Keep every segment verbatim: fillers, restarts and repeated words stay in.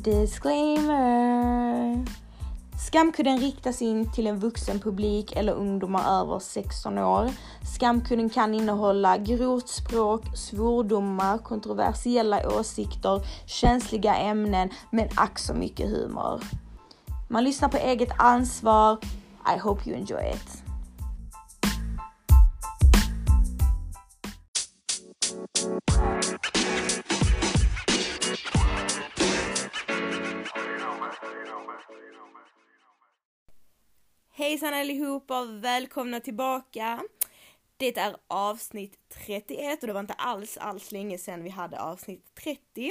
Disclaimer. Skamkudden riktas in till en vuxen publik eller ungdomar över sexton år. Skamkudden kan innehålla grovt språk, svordomar, kontroversiella åsikter, känsliga ämnen, men ack så mycket humor. Man lyssnar på eget ansvar. I hope you enjoy it. Hejsan allihopa och välkomna tillbaka. Det är avsnitt trettioett och det var inte alls alls länge sedan vi hade avsnitt trettio.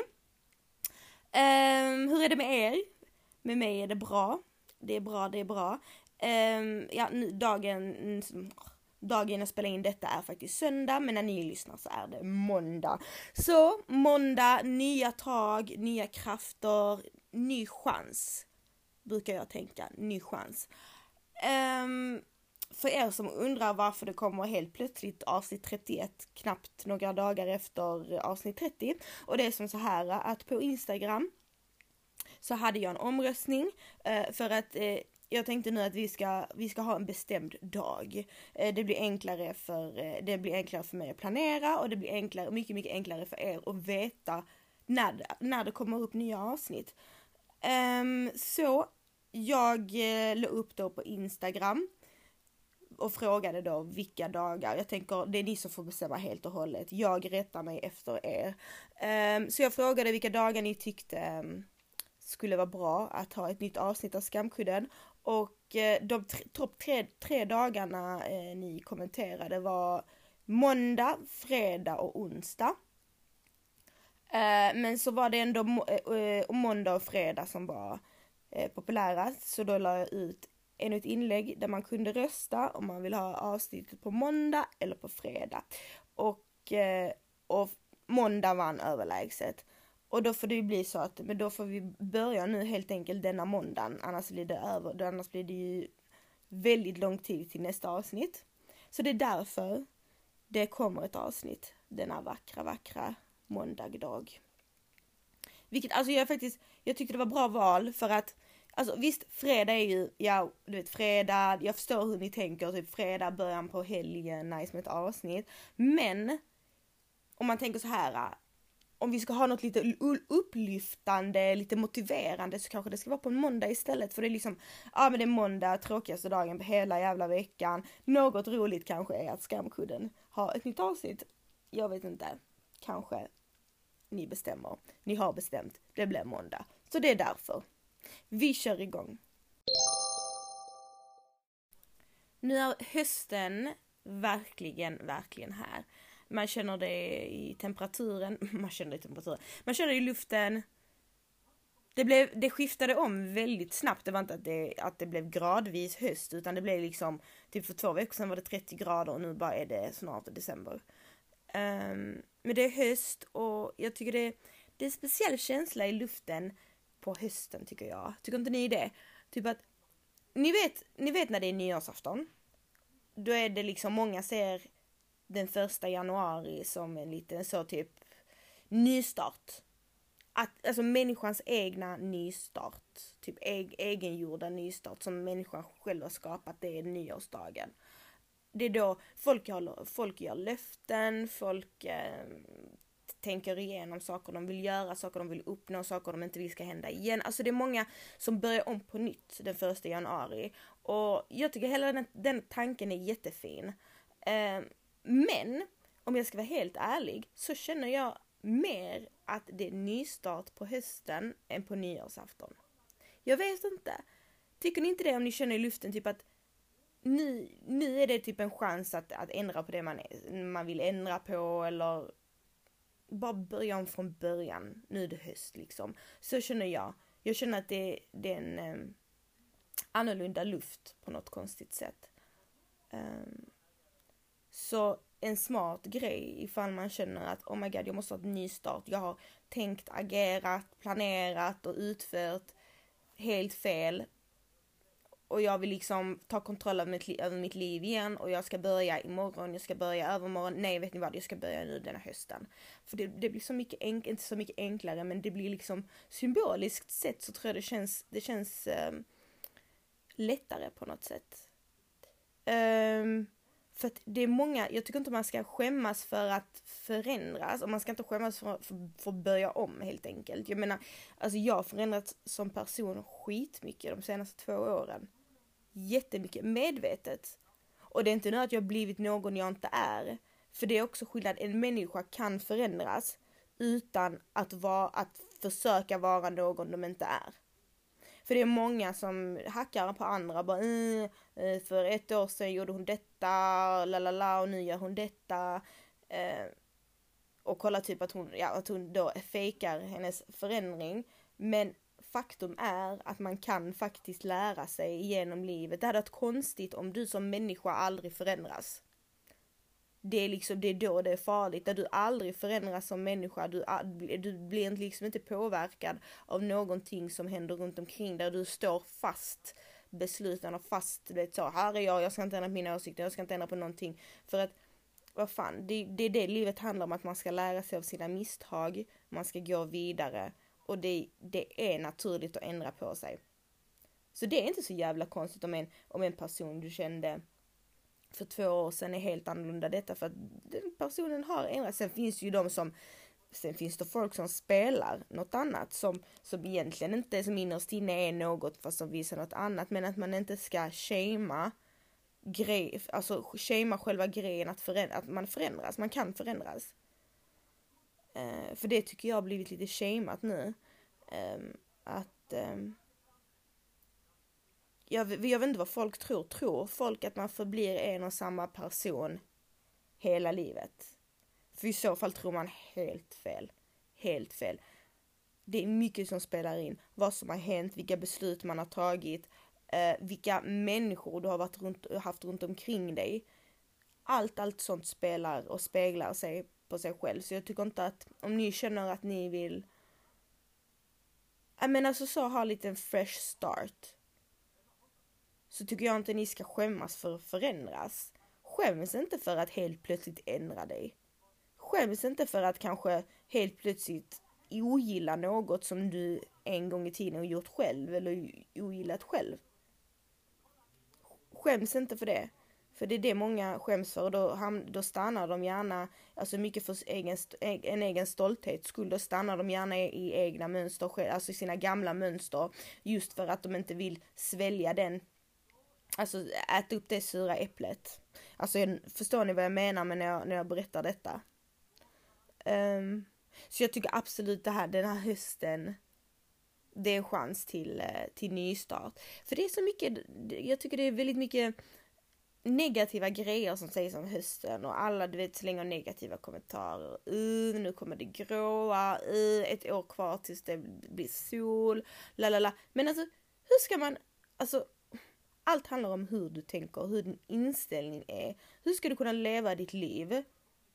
Um, hur är det med er? Med mig är det bra. Det är bra, det är bra. Um, ja, nu, dagen, dagen jag spelar in detta är faktiskt söndag, men när ni lyssnar så är det måndag. Så måndag, nya tag, nya krafter, ny chans. Brukar jag tänka, ny chans. Um, för er som undrar varför det kommer helt plötsligt avsnitt trettioett knappt några dagar efter avsnitt trettio, och det är som så här att på Instagram så hade jag en omröstning uh, för att uh, jag tänkte nu att vi ska, vi ska ha en bestämd dag. Uh, det blir enklare för uh, det blir enklare för mig att planera, och det blir enklare, mycket mycket enklare för er att veta när, när det kommer upp nya avsnitt. Um, så Jag eh, la upp då på Instagram och frågade då vilka dagar. Jag tänker det är ni som får bestämma helt och hållet. Jag rättar mig efter er. Um, så jag frågade vilka dagar ni tyckte um, skulle vara bra att ha ett nytt avsnitt av Skamkudden. Och eh, de t- topp tre, tre dagarna eh, ni kommenterade var måndag, fredag och onsdag. Uh, men så var det ändå må- uh, måndag och fredag som var populära, så då la jag ut ännu ett inlägg där man kunde rösta om man vill ha avsnittet på måndag eller på fredag, och, och måndag vann överlägset, och då får det ju bli så att men då får vi börja nu helt enkelt denna måndagen, annars blir det över, annars blir det ju väldigt lång tid till nästa avsnitt, så det är därför det kommer ett avsnitt denna vackra vackra måndagdag. Vilket, alltså jag faktiskt, jag tyckte det var bra val för att, alltså visst, fredag är ju, ja, du vet, fredag, jag förstår hur ni tänker, typ fredag, början på helgen, nice med ett avsnitt, men om man tänker så här, om vi ska ha något lite upplyftande, lite motiverande, så kanske det ska vara på en måndag istället, för det är liksom, ja men det är måndag, tråkigaste dagen på hela jävla veckan, något roligt kanske är att Skamkudden har ett nytt avsnitt, jag vet inte, kanske. Ni bestämmer. Ni har bestämt. Det blir måndag. Så det är därför. Vi kör igång. Nu är hösten verkligen, verkligen här. Man känner det i temperaturen. Man känner det i temperaturen. Man känner det i luften. Det, blev, det skiftade om väldigt snabbt. Det var inte att det, att det blev gradvis höst. Utan det blev liksom, typ för två veckor sedan var det trettio grader. Och nu bara är det snart december. Um, men det är höst, och jag tycker det, det är en speciell känsla i luften på hösten, tycker jag. Tycker inte ni det? Typ att ni vet, ni vet när det är nyårsafton, då är det liksom, många ser den första januari som en liten så typ nystart. Att, alltså människans egna nystart, typ eg, egengjorda nystart som människan själv har skapat, det är nyårsdagen. Det är då folk gör, folk gör löften, folk eh, tänker igenom saker de vill göra, saker de vill uppnå, saker de inte vill ska hända igen. Alltså det är många som börjar om på nytt den första januari. Och jag tycker hela den, den tanken är jättefin. Eh, men om jag ska vara helt ärlig så känner jag mer att det är nystart på hösten än på nyårsafton. Jag vet inte. Tycker ni inte det om ni känner i luften typ att Nu, nu är det typ en chans att, att ändra på det man, man vill ändra på, eller bara börja om från början. Nu är det höst liksom. Så känner jag. Jag känner att det, det är en eh, annorlunda luft på något konstigt sätt. Um, så en smart grej ifall man känner att oh my god, jag måste ha en ny start. Jag har tänkt, agerat, planerat och utfört helt fel. och jag vill liksom ta kontroll över mitt, li- över mitt liv igen och jag ska börja imorgon, jag ska börja övermorgon. Nej, vet ni vad, jag ska börja nu denna hösten. För det, det blir så mycket, enk- inte så mycket enklare, men det blir liksom symboliskt sett så tror jag det känns, det känns um, lättare på något sätt. Um, för att det är många, jag tycker inte man ska skämmas för att förändras och man ska inte skämmas för, för, för att börja om helt enkelt. Jag menar, alltså jag har förändrats som person skitmycket de senaste två åren. Jättemycket, medvetet. Och det är inte nu att jag blivit någon jag inte är. För det är också skillnad, en människa kan förändras utan att, vara, att försöka vara någon de inte är. För det är många som hackar på andra. Bara, mm, för ett år sedan gjorde hon detta, lalala, och nu gör hon detta. Eh, och kolla typ att hon, ja, att hon då fejkar hennes förändring. Men faktum är att man kan faktiskt lära sig genom livet. Det hade varit konstigt om du som människa aldrig förändras. Det är liksom, det är då det är farligt. Där du aldrig förändras som människa. Du, du blir liksom inte påverkad av någonting som händer runt omkring. Där du står fast besluten och fast, vet så, här är jag, jag ska inte ändra på mina åsikter, jag ska inte ändra på någonting. För att, vad fan, det, det är det livet handlar om, att man ska lära sig av sina misstag. Man ska gå vidare. Och det, det är naturligt att ändra på sig. Så det är inte så jävla konstigt om en, om en person du kände för två år sedan är helt annorlunda detta, för att den personen har ändrat. Sen finns ju de som, sen finns det folk som spelar något annat som, som egentligen inte som innerst inne är något fast som visar något annat, men att man inte ska shama grej, alltså shama själva grejen att, förändra, att man förändras, man kan förändras. Uh, för det tycker jag har blivit lite shamat nu. Um, att um, Jag, jag vet inte vad folk tror. Tror folk att man förblir en och samma person hela livet? För i så fall tror man helt fel. Helt fel. Det är mycket som spelar in. Vad som har hänt, vilka beslut man har tagit, eh, vilka människor du har varit runt, haft runt omkring dig. Allt, allt sånt spelar och speglar sig på sig själv. Så jag tycker inte att, om ni känner att ni vill, jag menar alltså så ha lite en fresh start, så tycker jag inte ni ska skämmas för att förändras. Skäms inte för att helt plötsligt ändra dig. Skäms inte för att kanske helt plötsligt ogilla något som du en gång i tiden har gjort själv eller ogillat själv. Skäms inte för det. För det är det många skäms för, och då, då stannar de gärna, alltså mycket för egen, en egen stolthet skull, då stannar de gärna i, i egna mönster, alltså i sina gamla mönster, just för att de inte vill svälja den. Alltså äta upp det sura äpplet. Alltså jag, förstår ni vad jag menar med när jag, när jag berättar detta? Um, så jag tycker absolut det här, den här hösten, det är en chans till, till nystart. För det är så mycket, jag tycker det är väldigt mycket negativa grejer som sägs om hösten. Och alla, du vet, slänger negativa kommentarer. Uh, nu kommer det gråa. Uh, ett år kvar tills det blir sol. Lalala. Men alltså, hur ska man, alltså, allt handlar om hur du tänker, hur din inställning är. Hur ska du kunna leva ditt liv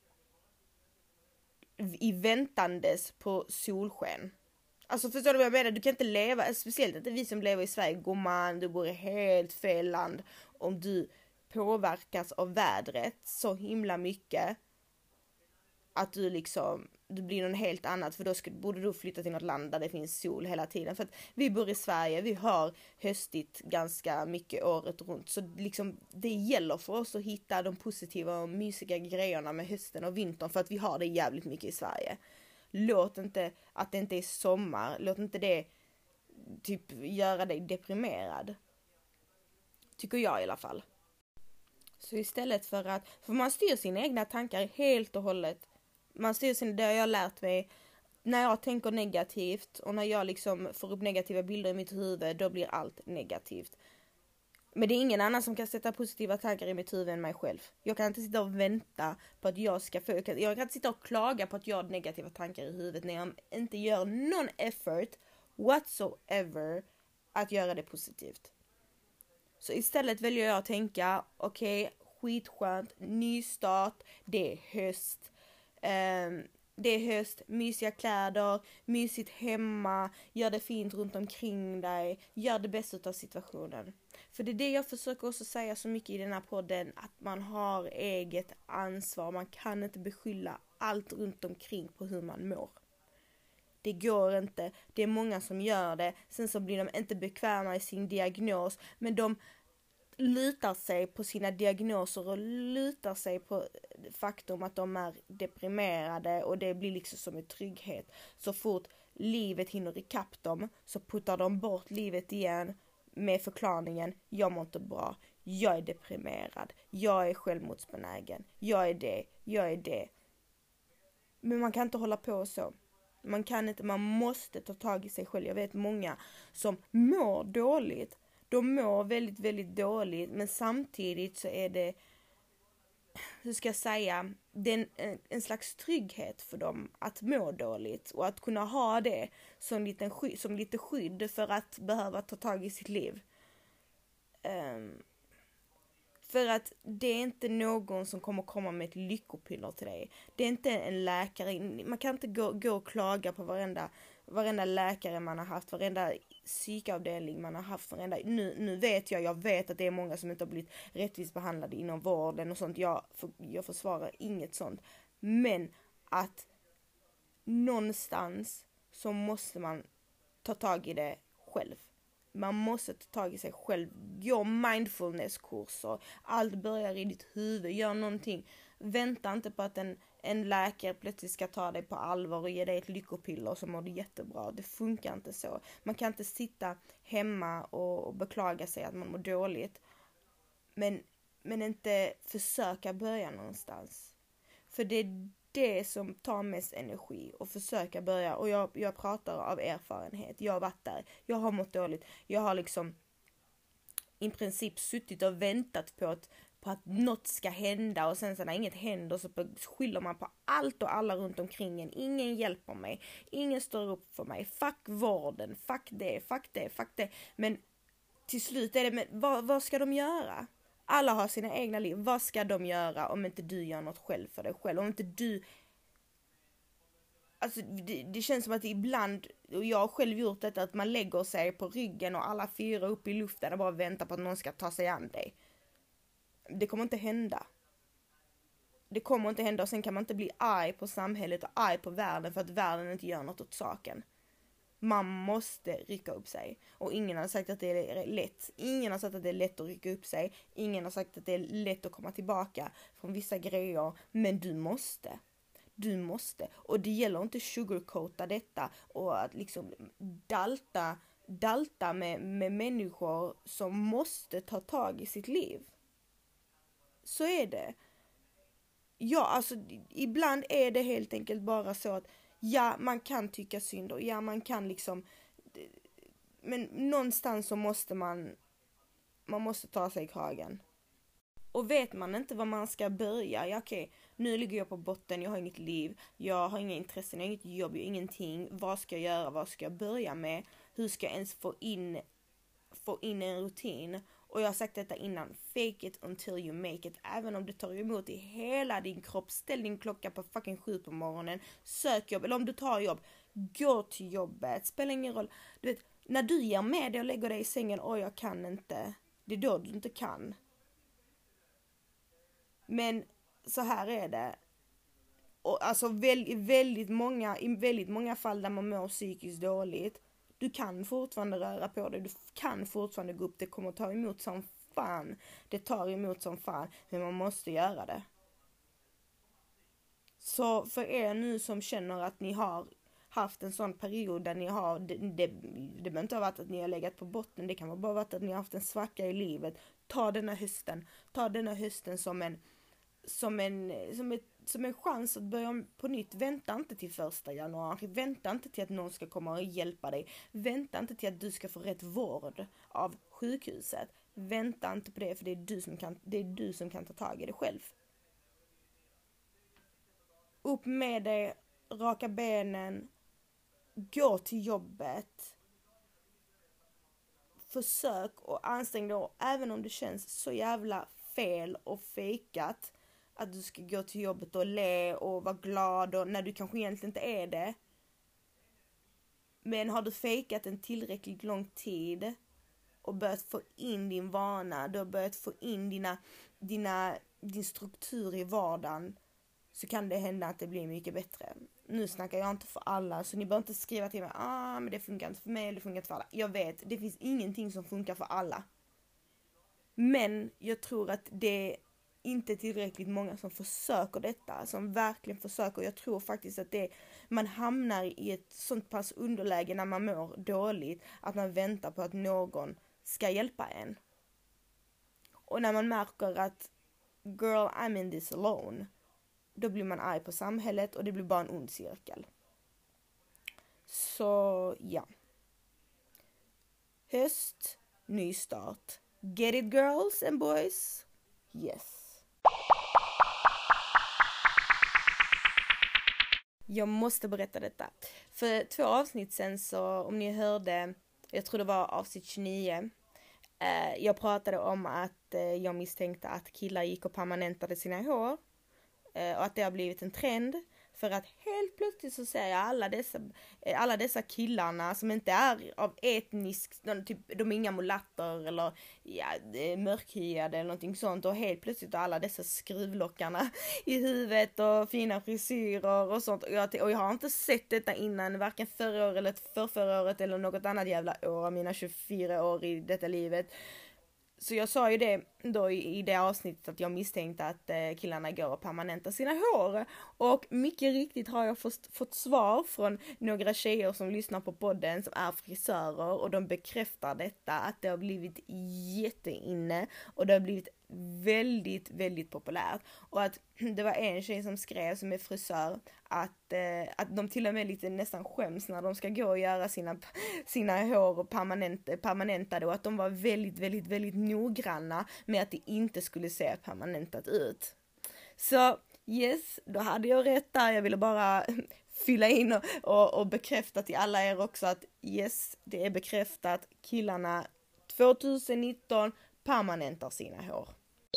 i väntandes på solsken? Alltså förstår du vad jag menar? Du kan inte leva, speciellt inte vi som lever i Sverige, gumman, du bor i helt fel land, om du påverkas av vädret så himla mycket att du liksom, du blir någon helt annat, för då skulle, borde du flytta till något land där det finns sol hela tiden. För att vi bor i Sverige, vi har höstigt ganska mycket året runt, så liksom det gäller för oss att hitta de positiva och mysiga grejerna med hösten och vintern, för att vi har det jävligt mycket i Sverige. Låt inte att det inte är sommar, låt inte det typ göra dig deprimerad. Tycker jag i alla fall. Så istället för att, för man styr sina egna tankar helt och hållet. Man styr sin, det jag har lärt mig, när jag tänker negativt och när jag liksom får upp negativa bilder i mitt huvud, då blir allt negativt. Men det är ingen annan som kan sätta positiva tankar i mitt huvud än mig själv. Jag kan inte sitta och vänta på att jag ska få, jag kan, jag kan inte sitta och klaga på att jag har negativa tankar i huvudet när jag inte gör någon effort whatsoever att göra det positivt. Så istället väljer jag att tänka, okej, okay, skitskönt, ny start, det är höst. Um, det är höst, mysiga kläder, mysigt hemma, gör det fint runt omkring dig, gör det bästa av situationen. För det är det jag försöker också säga så mycket i den här podden, att man har eget ansvar. Man kan inte beskylla allt runt omkring på hur man mår. Det går inte. Det är många som gör det. Sen så blir de inte bekväma i sin diagnos. Men de lutar sig på sina diagnoser och lutar sig på faktum att de är deprimerade. Och det blir liksom som en trygghet. Så fort livet hinner ikapp dem så puttar de bort livet igen med förklaringen: jag mår inte bra. Jag är deprimerad. Jag är självmordsbenägen. Jag är det. Jag är det. Men man kan inte hålla på så. Man kan inte, man måste ta tag i sig själv. Jag vet många som mår dåligt. De mår väldigt, väldigt dåligt. Men samtidigt så är det, hur ska jag säga, det är en, en slags trygghet för dem att må dåligt. Och att kunna ha det som, liten skydd, som lite skydd för att behöva ta tag i sitt liv. Um, För att det är inte någon som kommer komma med ett lyckopiller till dig. Det är inte en läkare. Man kan inte gå, gå och klaga på varenda, varenda läkare man har haft. Varenda psykavdelning man har haft. Varenda, nu, nu vet jag, jag vet att det är många som inte har blivit rättvist behandlade inom vården och sånt. Jag, för, jag försvarar inget sånt. Men att någonstans så måste man ta tag i det själv. Man måste ta tag i sig själv. Gå mindfulnesskurser. Allt börjar i ditt huvud. Gör någonting. Vänta inte på att en, en läkare plötsligt ska ta dig på allvar och ge dig ett lyckopiller så mår du jättebra. Det funkar inte så. Man kan inte sitta hemma och, och beklaga sig att man mår dåligt. Men, men inte försöka börja någonstans. För det är det som tar mest energi, och försöka börja. Och jag, jag pratar av erfarenhet. Jag har varit där. Jag har mått dåligt. Jag har liksom i princip suttit och väntat på att, på att något ska hända. Och sen så när inget händer så skyller man på allt och alla runt omkring en. Ingen hjälper mig. Ingen står upp för mig. Fuck vården. Fuck det. Fuck det. Fuck det. Men till slut är det, men vad, vad ska de göra? Alla har sina egna liv. Vad ska de göra om inte du gör något själv för dig själv? Om inte du... Alltså det, det känns som att ibland, och jag har själv gjort detta, att man lägger sig på ryggen och alla fyra upp i luften och bara väntar på att någon ska ta sig an dig. Det kommer inte hända. Det kommer inte hända, och sen kan man inte bli arg på samhället och arg på världen för att världen inte gör något åt saken. Man måste rycka upp sig. Och ingen har sagt att det är lätt. Ingen har sagt att det är lätt att rycka upp sig. Ingen har sagt att det är lätt att komma tillbaka från vissa grejer. Men du måste. Du måste. Och det gäller inte sugarcoata detta. Och att liksom dalta, dalta med, med människor som måste ta tag i sitt liv. Så är det. Ja, alltså ibland är det helt enkelt bara så att ja, man kan tycka synd och ja, man kan liksom, men någonstans så måste man man måste ta sig i kragen. Och vet man inte var man ska börja, ja okej, nu ligger jag på botten, jag har inget liv, jag har inga intressen, jag har inget jobb, jag har ingenting, vad ska jag göra, vad ska jag börja med, hur ska jag ens få in få in en rutin? Och jag har sagt detta innan, fake it until you make it. Även om du tar emot i hela din kropp, ställ din klocka på fucking sju på morgonen, sök jobb, eller om du tar jobb, gå till jobbet, spelar ingen roll. Du vet, när du ger med dig och lägger dig i sängen, åh jag kan inte, det är då du inte kan. Men så här är det. Och alltså väldigt, väldigt många, i väldigt många fall där man mår psykiskt dåligt, du kan fortfarande röra på dig, du kan fortfarande gå upp, det kommer ta emot som fan. Det tar emot som fan, men man måste göra det. Så för er nu som känner att ni har haft en sån period där ni har, det, det, det behöver inte ha varit att ni har legat på botten, det kan vara bara varit att ni har haft en svacka i livet. Ta denna hösten, ta denna hösten som en, som en, som ett som en chans att börja på nytt. Vänta inte till första januari. Vänta inte till att någon ska komma och hjälpa dig. Vänta inte till att du ska få rätt vård av sjukhuset. Vänta inte på det, för det är du som kan, det är du som kan ta tag i det själv. Upp med dig, raka benen, gå till jobbet. Försök och ansträng dig, även om det känns så jävla fel och fejkat. Att du ska gå till jobbet och le och vara glad och när du kanske egentligen inte är det. Men har du fejkat en tillräckligt lång tid och börjat få in din vana, du har börjat få in dina, dina, din struktur i vardagen, så kan det hända att det blir mycket bättre. Nu snackar jag inte för alla, så ni behöver inte skriva till mig, ah men det funkar inte för mig, det funkar inte för alla. Jag vet, det finns ingenting som funkar för alla. Men jag tror att det är inte tillräckligt många som försöker detta, som verkligen försöker. Jag tror faktiskt att det, man hamnar i ett sånt pass underläge när man mår dåligt, att man väntar på att någon ska hjälpa en. Och när man märker att girl, I'm in this alone, då blir man arg på samhället och det blir bara en ond cirkel. Så ja. Höst, ny start. Get it girls and boys? Yes. Jag måste berätta detta. För två avsnitt sen, så om ni hörde, jag tror det var avsnitt tjugonio, eh, jag pratade om att eh, jag misstänkte att killar gick och permanentade sina hår. Eh, och att det har blivit en trend. För att helt plötsligt så ser jag alla dessa, alla dessa killarna som inte är av etnisk, typ, de är inga mulatter eller ja, mörkhyade eller någonting sånt. Och helt plötsligt alla dessa skruvlockarna i huvudet och fina frisyrer och sånt. Och jag, och jag har inte sett detta innan, varken förra året eller förrförra året eller något annat jävla år av mina tjugofyra år i detta livet. Så jag sa ju det då i, i det avsnittet att jag misstänkte att eh, killarna går och permanentar sina hår. Och mycket riktigt har jag fått, fått svar från några tjejer som lyssnar på podden som är frisörer. Och de bekräftar detta, att det har blivit jätteinne och det har blivit väldigt, väldigt populärt. Och att det var en tjej som skrev, som är frisör, att, eh, att de till och med lite nästan skäms när de ska gå och göra sina, sina hår permanent, permanentade, och att de var väldigt, väldigt, väldigt noggranna med att det inte skulle se permanentat ut. Så yes, då hade jag rätt där. Jag ville bara fylla in och, och, och bekräfta till alla er också att yes, det är bekräftat. Killarna tjugonitton permanentar sina hår.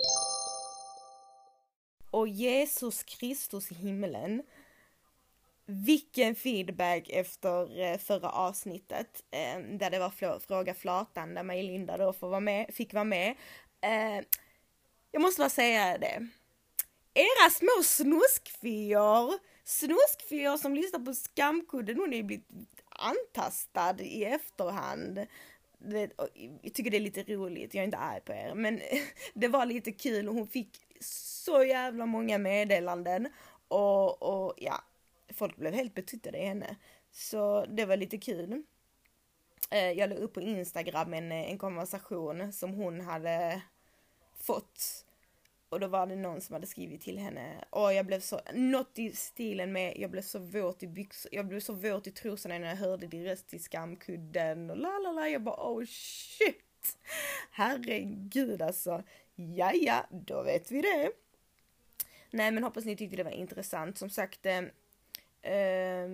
Och Jesus Kristus i himlen, vilken feedback efter förra avsnittet eh, där det var Fråga Flatan, där mig Linda då får vara med, fick vara med. Eh, jag måste bara säga det. Era små snuskfior, snuskfior som lyssnar på Skamkudden, hon är blivit antastad i efterhand. Jag tycker det är lite roligt, jag är inte arg på er, men det var lite kul. Hon fick så jävla många meddelanden och, och ja, folk blev helt betyttade i henne. Så det var lite kul. Jag la upp på Instagram en, en konversation som hon hade fått. Och då var det någon som hade skrivit till henne. Och jag blev så, något i stilen med, jag blev så våt i byxor, jag blev så våt i trosorna när jag hörde din röst i Skamkudden. Och lalala, jag bara, oh shit. Herregud alltså. Jaja, då vet vi det. Nej, men hoppas ni tyckte det var intressant. Som sagt, eh, eh,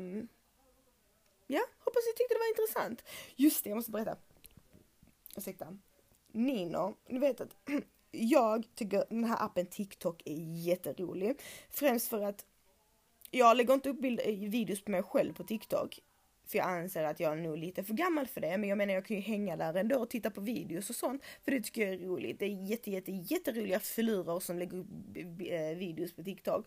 ja, hoppas ni tyckte det var intressant. Just det, jag måste berätta. Ursäkta. Nino, ni vet att jag tycker den här appen TikTok är jätterolig. Främst för att jag lägger inte upp bilder, videos på mig själv på TikTok. För jag anser att jag är nog lite för gammal för det. Men jag menar, jag kan ju hänga där ändå och titta på videos och sånt. För det tycker jag är roligt. Det är jätte, jätte, jätteroliga filurer som lägger upp videos på TikTok.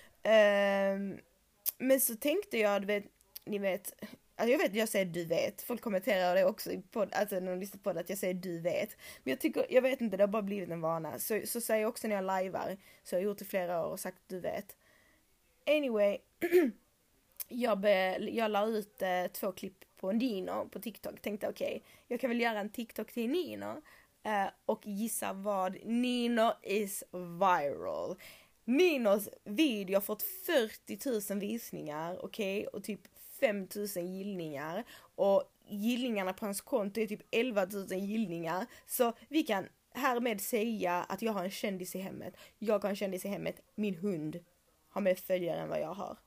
Um, men så tänkte jag, du vet, ni vet... Alltså jag vet, jag säger du vet. Folk kommenterar det också i podd, alltså när de lyssnar på det, att jag säger du vet. Men jag tycker, jag vet inte, det har bara blivit en vana. Så, så säger jag också när jag livear. Så jag har gjort det flera år och sagt du vet. Anyway... Jag, be, jag la ut eh, två klipp på Nino på TikTok. Tänkte okej, okay, jag kan väl göra en TikTok till Nino. Eh, och gissa vad? Nino is viral. Ninos video har fått fyrtio tusen visningar, okej? Okay? Och typ fem tusen gillningar. Och gillningarna på hans konto är typ elva tusen gillningar. Så vi kan härmed säga att jag har en kändis i hemmet. Jag har en kändis i hemmet. Min hund har mer följare än vad jag har.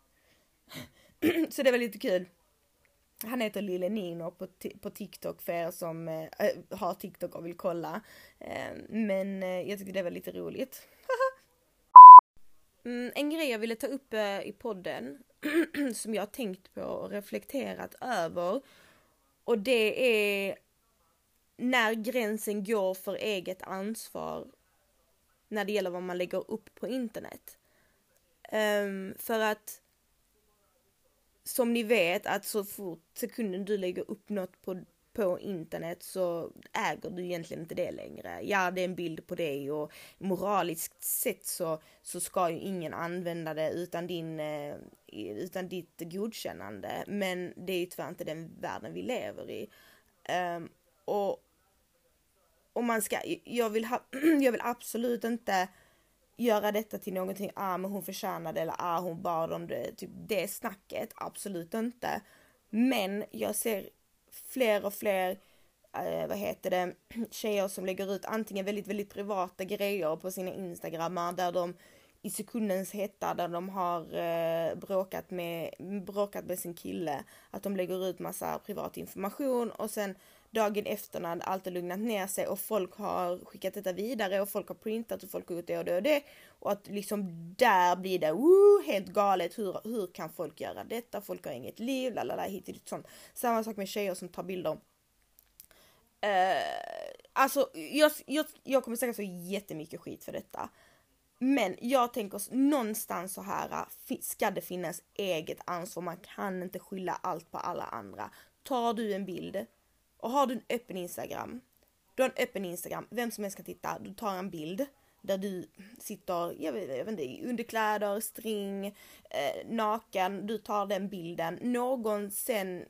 Så det var lite kul. Han heter Lille Nino på, t- på TikTok för er som äh, har TikTok och vill kolla. Äh, men äh, jag tycker det var lite roligt. mm, en grej jag ville ta upp äh, i podden som jag har tänkt på och reflekterat över. Och det är när gränsen går för eget ansvar när det gäller vad man lägger upp på internet. Um, för att som ni vet att så fort sekunden du lägger upp något på, på internet så äger du egentligen inte det längre. Ja, det är en bild på dig och moraliskt sett så, så ska ju ingen använda det utan, din, eh, utan ditt godkännande. Men det är ju tyvärr inte den världen vi lever i. Um, och och man ska, jag vill, ha, jag vill absolut inte göra detta till någonting, ah men hon förtjänade eller ah hon bad om det, typ det snacket, absolut inte. Men jag ser fler och fler, eh, vad heter det, tjejer som lägger ut antingen väldigt, väldigt privata grejer på sina Instagrammar där de i sekundens hetta, där de har eh, bråkat, med, bråkat med sin kille, att de lägger ut massa privat information och sen dagen efter när allt har lugnat ner sig och folk har skickat detta vidare och folk har printat och folk har gjort det och det och det och att liksom där blir det woo, helt galet, hur, hur kan folk göra detta, folk har inget liv, lalala, hit och dit sånt. Samma sak med tjejer som tar bilder. Uh, alltså jag, jag, jag kommer säkert få jättemycket skit för detta. Men jag tänker någonstans så här ska det finnas eget ansvar. Man kan inte skylla allt på alla andra. Tar du en bild och har du en öppen Instagram, du har en öppen Instagram, vem som helst kan titta, du tar en bild där du sitter, jag vet, jag vet inte, i underkläder, string, eh, naken, du tar den bilden, någon sen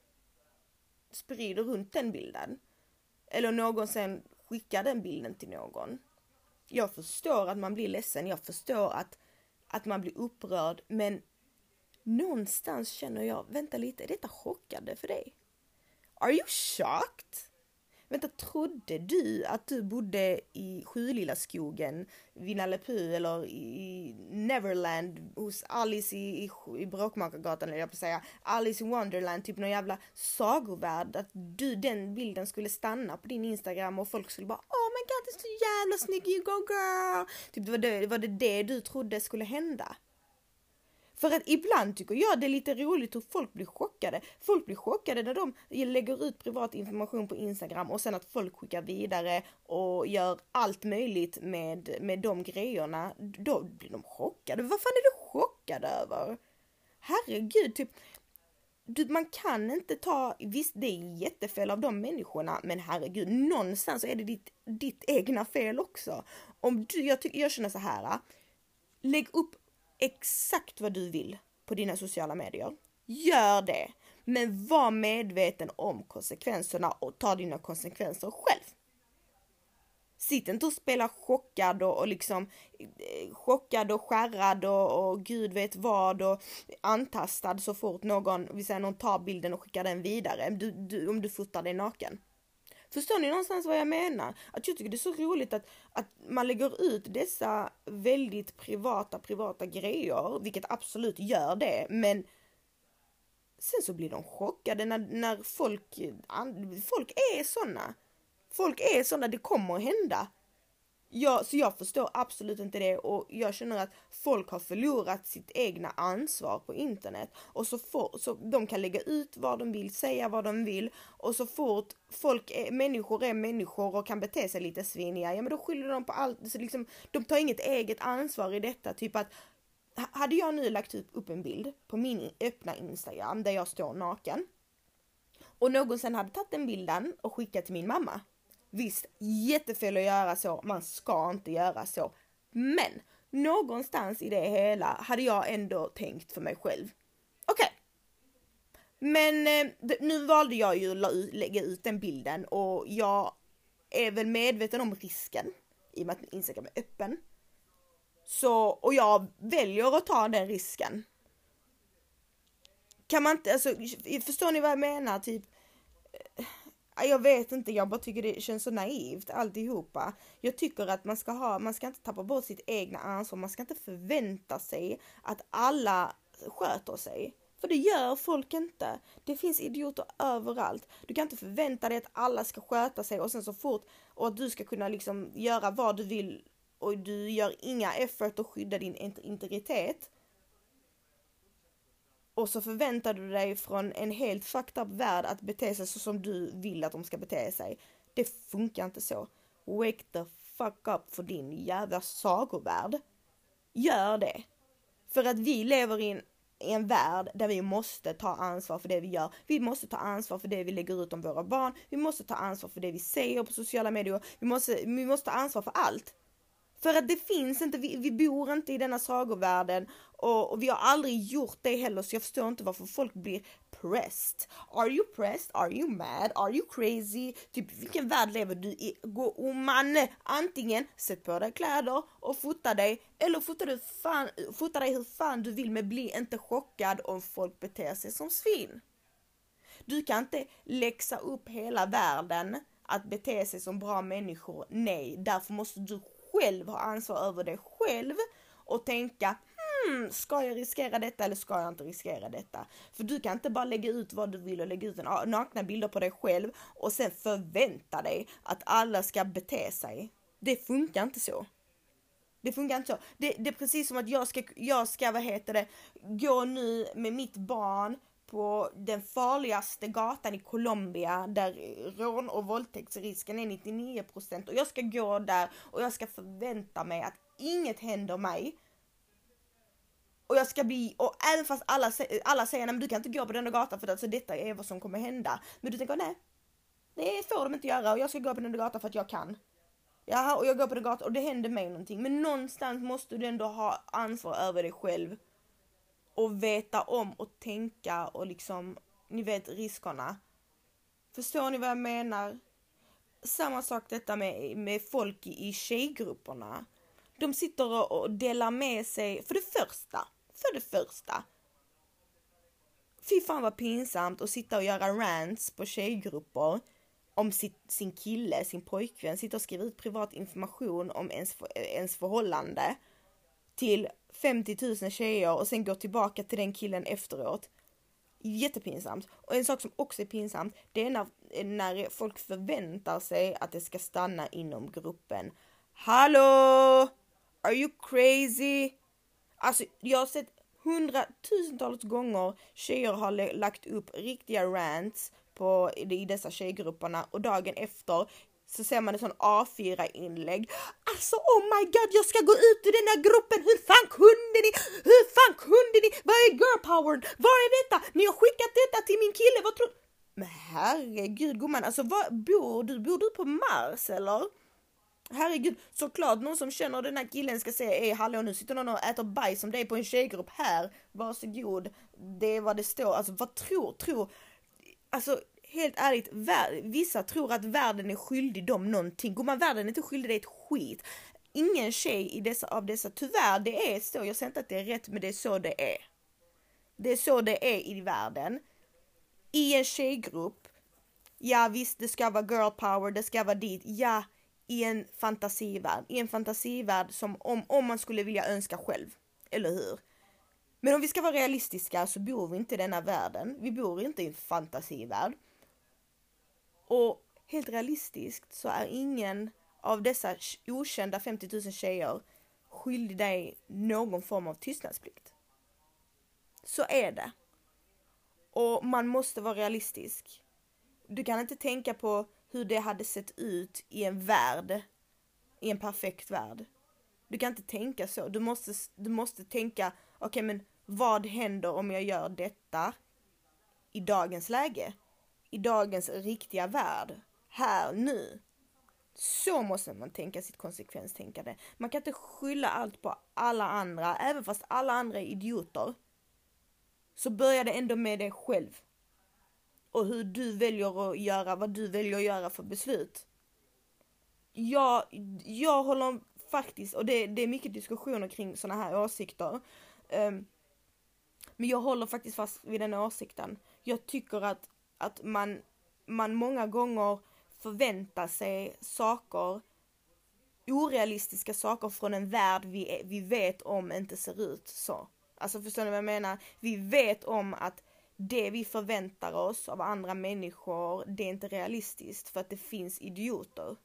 sprider runt den bilden, eller någon sen skickar den bilden till någon. Jag förstår att man blir ledsen, jag förstår att, att man blir upprörd, men någonstans känner jag, vänta lite, är detta chockande för dig? Are you shocked? Vänta, trodde du att du bodde i Sjulilla skogen vid Nalle Puh eller i Neverland hos Alice i, i, i Bråkmakargatan, eller jag på säga Alice i Wonderland, typ någon jävla sagovärld, att du, den bilden skulle stanna på din Instagram och folk skulle bara oh my god, det är så jävla snygg, you go girl. Typ det var det, var det det du trodde skulle hända? För att ibland tycker jag det är lite roligt hur folk blir chockade. Folk blir chockade när de lägger ut privat information på Instagram och sen att folk skickar vidare och gör allt möjligt med, med de grejerna. Då blir de chockade. Vad fan är du chockad över? Herregud, typ du, man kan inte ta, visst det är jättefel av de människorna, men herregud, någonstans så är det ditt, ditt egna fel också. Om du, jag, tycker, jag känner så här, lägg upp exakt vad du vill på dina sociala medier. Gör det. Men var medveten om konsekvenserna och ta dina konsekvenser själv. Sitt inte och spela chockad och, och liksom eh, chockad och skärrad och, och gud vet vad och antastad så fort någon, vi säger någon tar bilden och skickar den vidare. Du, du, om du fotar dig naken. Förstår ni någonstans vad jag menar? Att jag tycker det är så roligt att, att man lägger ut dessa väldigt privata, privata grejer, vilket absolut gör det, men sen så blir de chockade när, när folk, folk är såna. Folk är såna, det kommer att hända. Ja, så jag förstår absolut inte det och jag känner att folk har förlorat sitt egna ansvar på internet och så, for, så de kan lägga ut vad de vill, säga vad de vill och så fort folk är, människor är människor och kan bete sig lite sviniga, ja men då skyller de på allt, så liksom, de tar inget eget ansvar i detta, typ att hade jag nu lagt upp en bild på min öppna Instagram där jag står naken och någon sen hade tagit den bilden och skickat till min mamma. Visst, jättefel att göra så, man ska inte göra så. Men någonstans i det hela hade jag ändå tänkt för mig själv. Okej. Okay. Men eh, nu valde jag ju att lägga ut den bilden och jag är väl medveten om risken i och med att Instagram är öppen. Så, och jag väljer att ta den risken. Kan man inte, alltså, förstår ni vad jag menar? Typ, jag vet inte, jag bara tycker det känns så naivt alltihopa. Jag tycker att man ska ha, man ska inte tappa bort sitt egna ansvar. Man ska inte förvänta sig att alla sköter sig. För det gör folk inte. Det finns idioter överallt. Du kan inte förvänta dig att alla ska sköta sig och sen så fort och att du ska kunna liksom göra vad du vill och du gör inga effort att skydda din integritet. Och så förväntar du dig från en helt fucked up värld att bete sig så som du vill att de ska bete sig. Det funkar inte så. Wake the fuck up för din jävla sagovärld. Gör det. För att vi lever i en, i en värld där vi måste ta ansvar för det vi gör. Vi måste ta ansvar för det vi lägger ut om våra barn. Vi måste ta ansvar för det vi säger på sociala medier. Vi måste, vi måste ta ansvar för allt. För att det finns inte, vi, vi bor inte i denna sagovärlden och, och vi har aldrig gjort det heller, så jag förstår inte varför folk blir pressed. Are you pressed? Are you mad? Are you crazy? Typ vilken värld lever du i? Gå och man, antingen sätt på dig kläder och fota dig, eller fota dig, fan, fota dig hur fan du vill, men bli inte chockad om folk beter sig som svin. Du kan inte läxa upp hela världen att bete sig som bra människor. Nej, därför måste du själv ha ansvar över dig själv och tänka, hmm, ska jag riskera detta eller ska jag inte riskera detta? För du kan inte bara lägga ut vad du vill och lägga ut en nakna bilder på dig själv och sen förvänta dig att alla ska bete sig. Det funkar inte så. Det funkar inte så. Det, det är precis som att jag ska, jag ska, vad heter det, gå nu med mitt barn på den farligaste gatan i Colombia där rån och våldtäktsrisken är nittionio procent, och jag ska gå där och jag ska förvänta mig att inget händer mig. Och jag ska bli, och även fast alla, alla säger, nej men du kan inte gå på den gatan för att alltså, detta är vad som kommer hända. Men du tänker, nej, det får de inte göra och jag ska gå på den gatan för att jag kan. Ja, och jag går på den gatan och det händer mig någonting. Men någonstans måste du ändå ha ansvar över dig själv. Och veta om och tänka och liksom, ni vet, riskerna. Förstår ni vad jag menar? Samma sak detta med, med folk i, i tjejgrupperna. De sitter och delar med sig, för det första, för det första. Fy fan vad pinsamt att sitta och göra rants på tjejgrupper om sitt, sin kille, sin pojkvän. Sitta och skriva ut privat information om ens, ens förhållande till femtio tusen tjejer och sen gå tillbaka till den killen efteråt. Jättepinsamt. Och en sak som också är pinsamt, det är när, när folk förväntar sig att det ska stanna inom gruppen. Hallå! Are you crazy? Alltså jag har sett hundratusentals gånger tjejer har lagt upp riktiga rants på, i dessa tjejgrupperna och dagen efter så ser man en sån A fyra inlägg. Alltså oh my god, jag ska gå ut ur den här gruppen. Hur fan kunde ni? Hur fan kunde ni? Vad är girl power? Vad är detta? Ni har skickat detta till min kille. Vad tror... Men herregud gumman, alltså vad, bor du? Bor du på Mars eller? Herregud, såklart någon som känner den här killen ska säga, ej hallå, nu sitter någon och äter bajs som dig på en tjejgrupp här. Varsågod. Det är vad det står. Alltså vad tror, tror. Alltså helt ärligt, vissa tror att världen är skyldig dem någonting. Går man, världen är inte skyldig dig ett skit. Ingen tjej i dessa, av dessa, tyvärr det är så. Jag säger inte att det är rätt, men det är så det är. Det är så det är i världen. I en tjejgrupp, ja visst det ska vara girl power, det ska vara dit. Ja, i en fantasivärld. I en fantasivärld som om, om man skulle vilja önska själv. Eller hur? Men om vi ska vara realistiska så bor vi inte i denna världen. Vi bor inte i en fantasivärld. Och helt realistiskt så är ingen av dessa okända femtio tusen tjejer skyldig dig någon form av tystnadsplikt. Så är det. Och man måste vara realistisk. Du kan inte tänka på hur det hade sett ut i en värld, i en perfekt värld. Du kan inte tänka så. Du måste, du måste tänka, okej okay, men vad händer om jag gör detta i dagens läge? I dagens riktiga värld. Här, nu. Så måste man tänka sitt konsekvenstänkande. Man kan inte skylla allt på alla andra. Även fast alla andra är idioter. Så börjar det ändå med dig själv. Och hur du väljer att göra, vad du väljer att göra för beslut. Jag, jag håller faktiskt, och det, det är mycket diskussioner kring såna här åsikter. Um, men jag håller faktiskt fast vid den åsikten. Jag tycker att, att man, man många gånger förväntar sig saker, orealistiska saker från en värld vi, vi vet om inte ser ut så. Alltså förstår ni vad jag menar? Vi vet om att det vi förväntar oss av andra människor, det är inte realistiskt för att det finns idioter.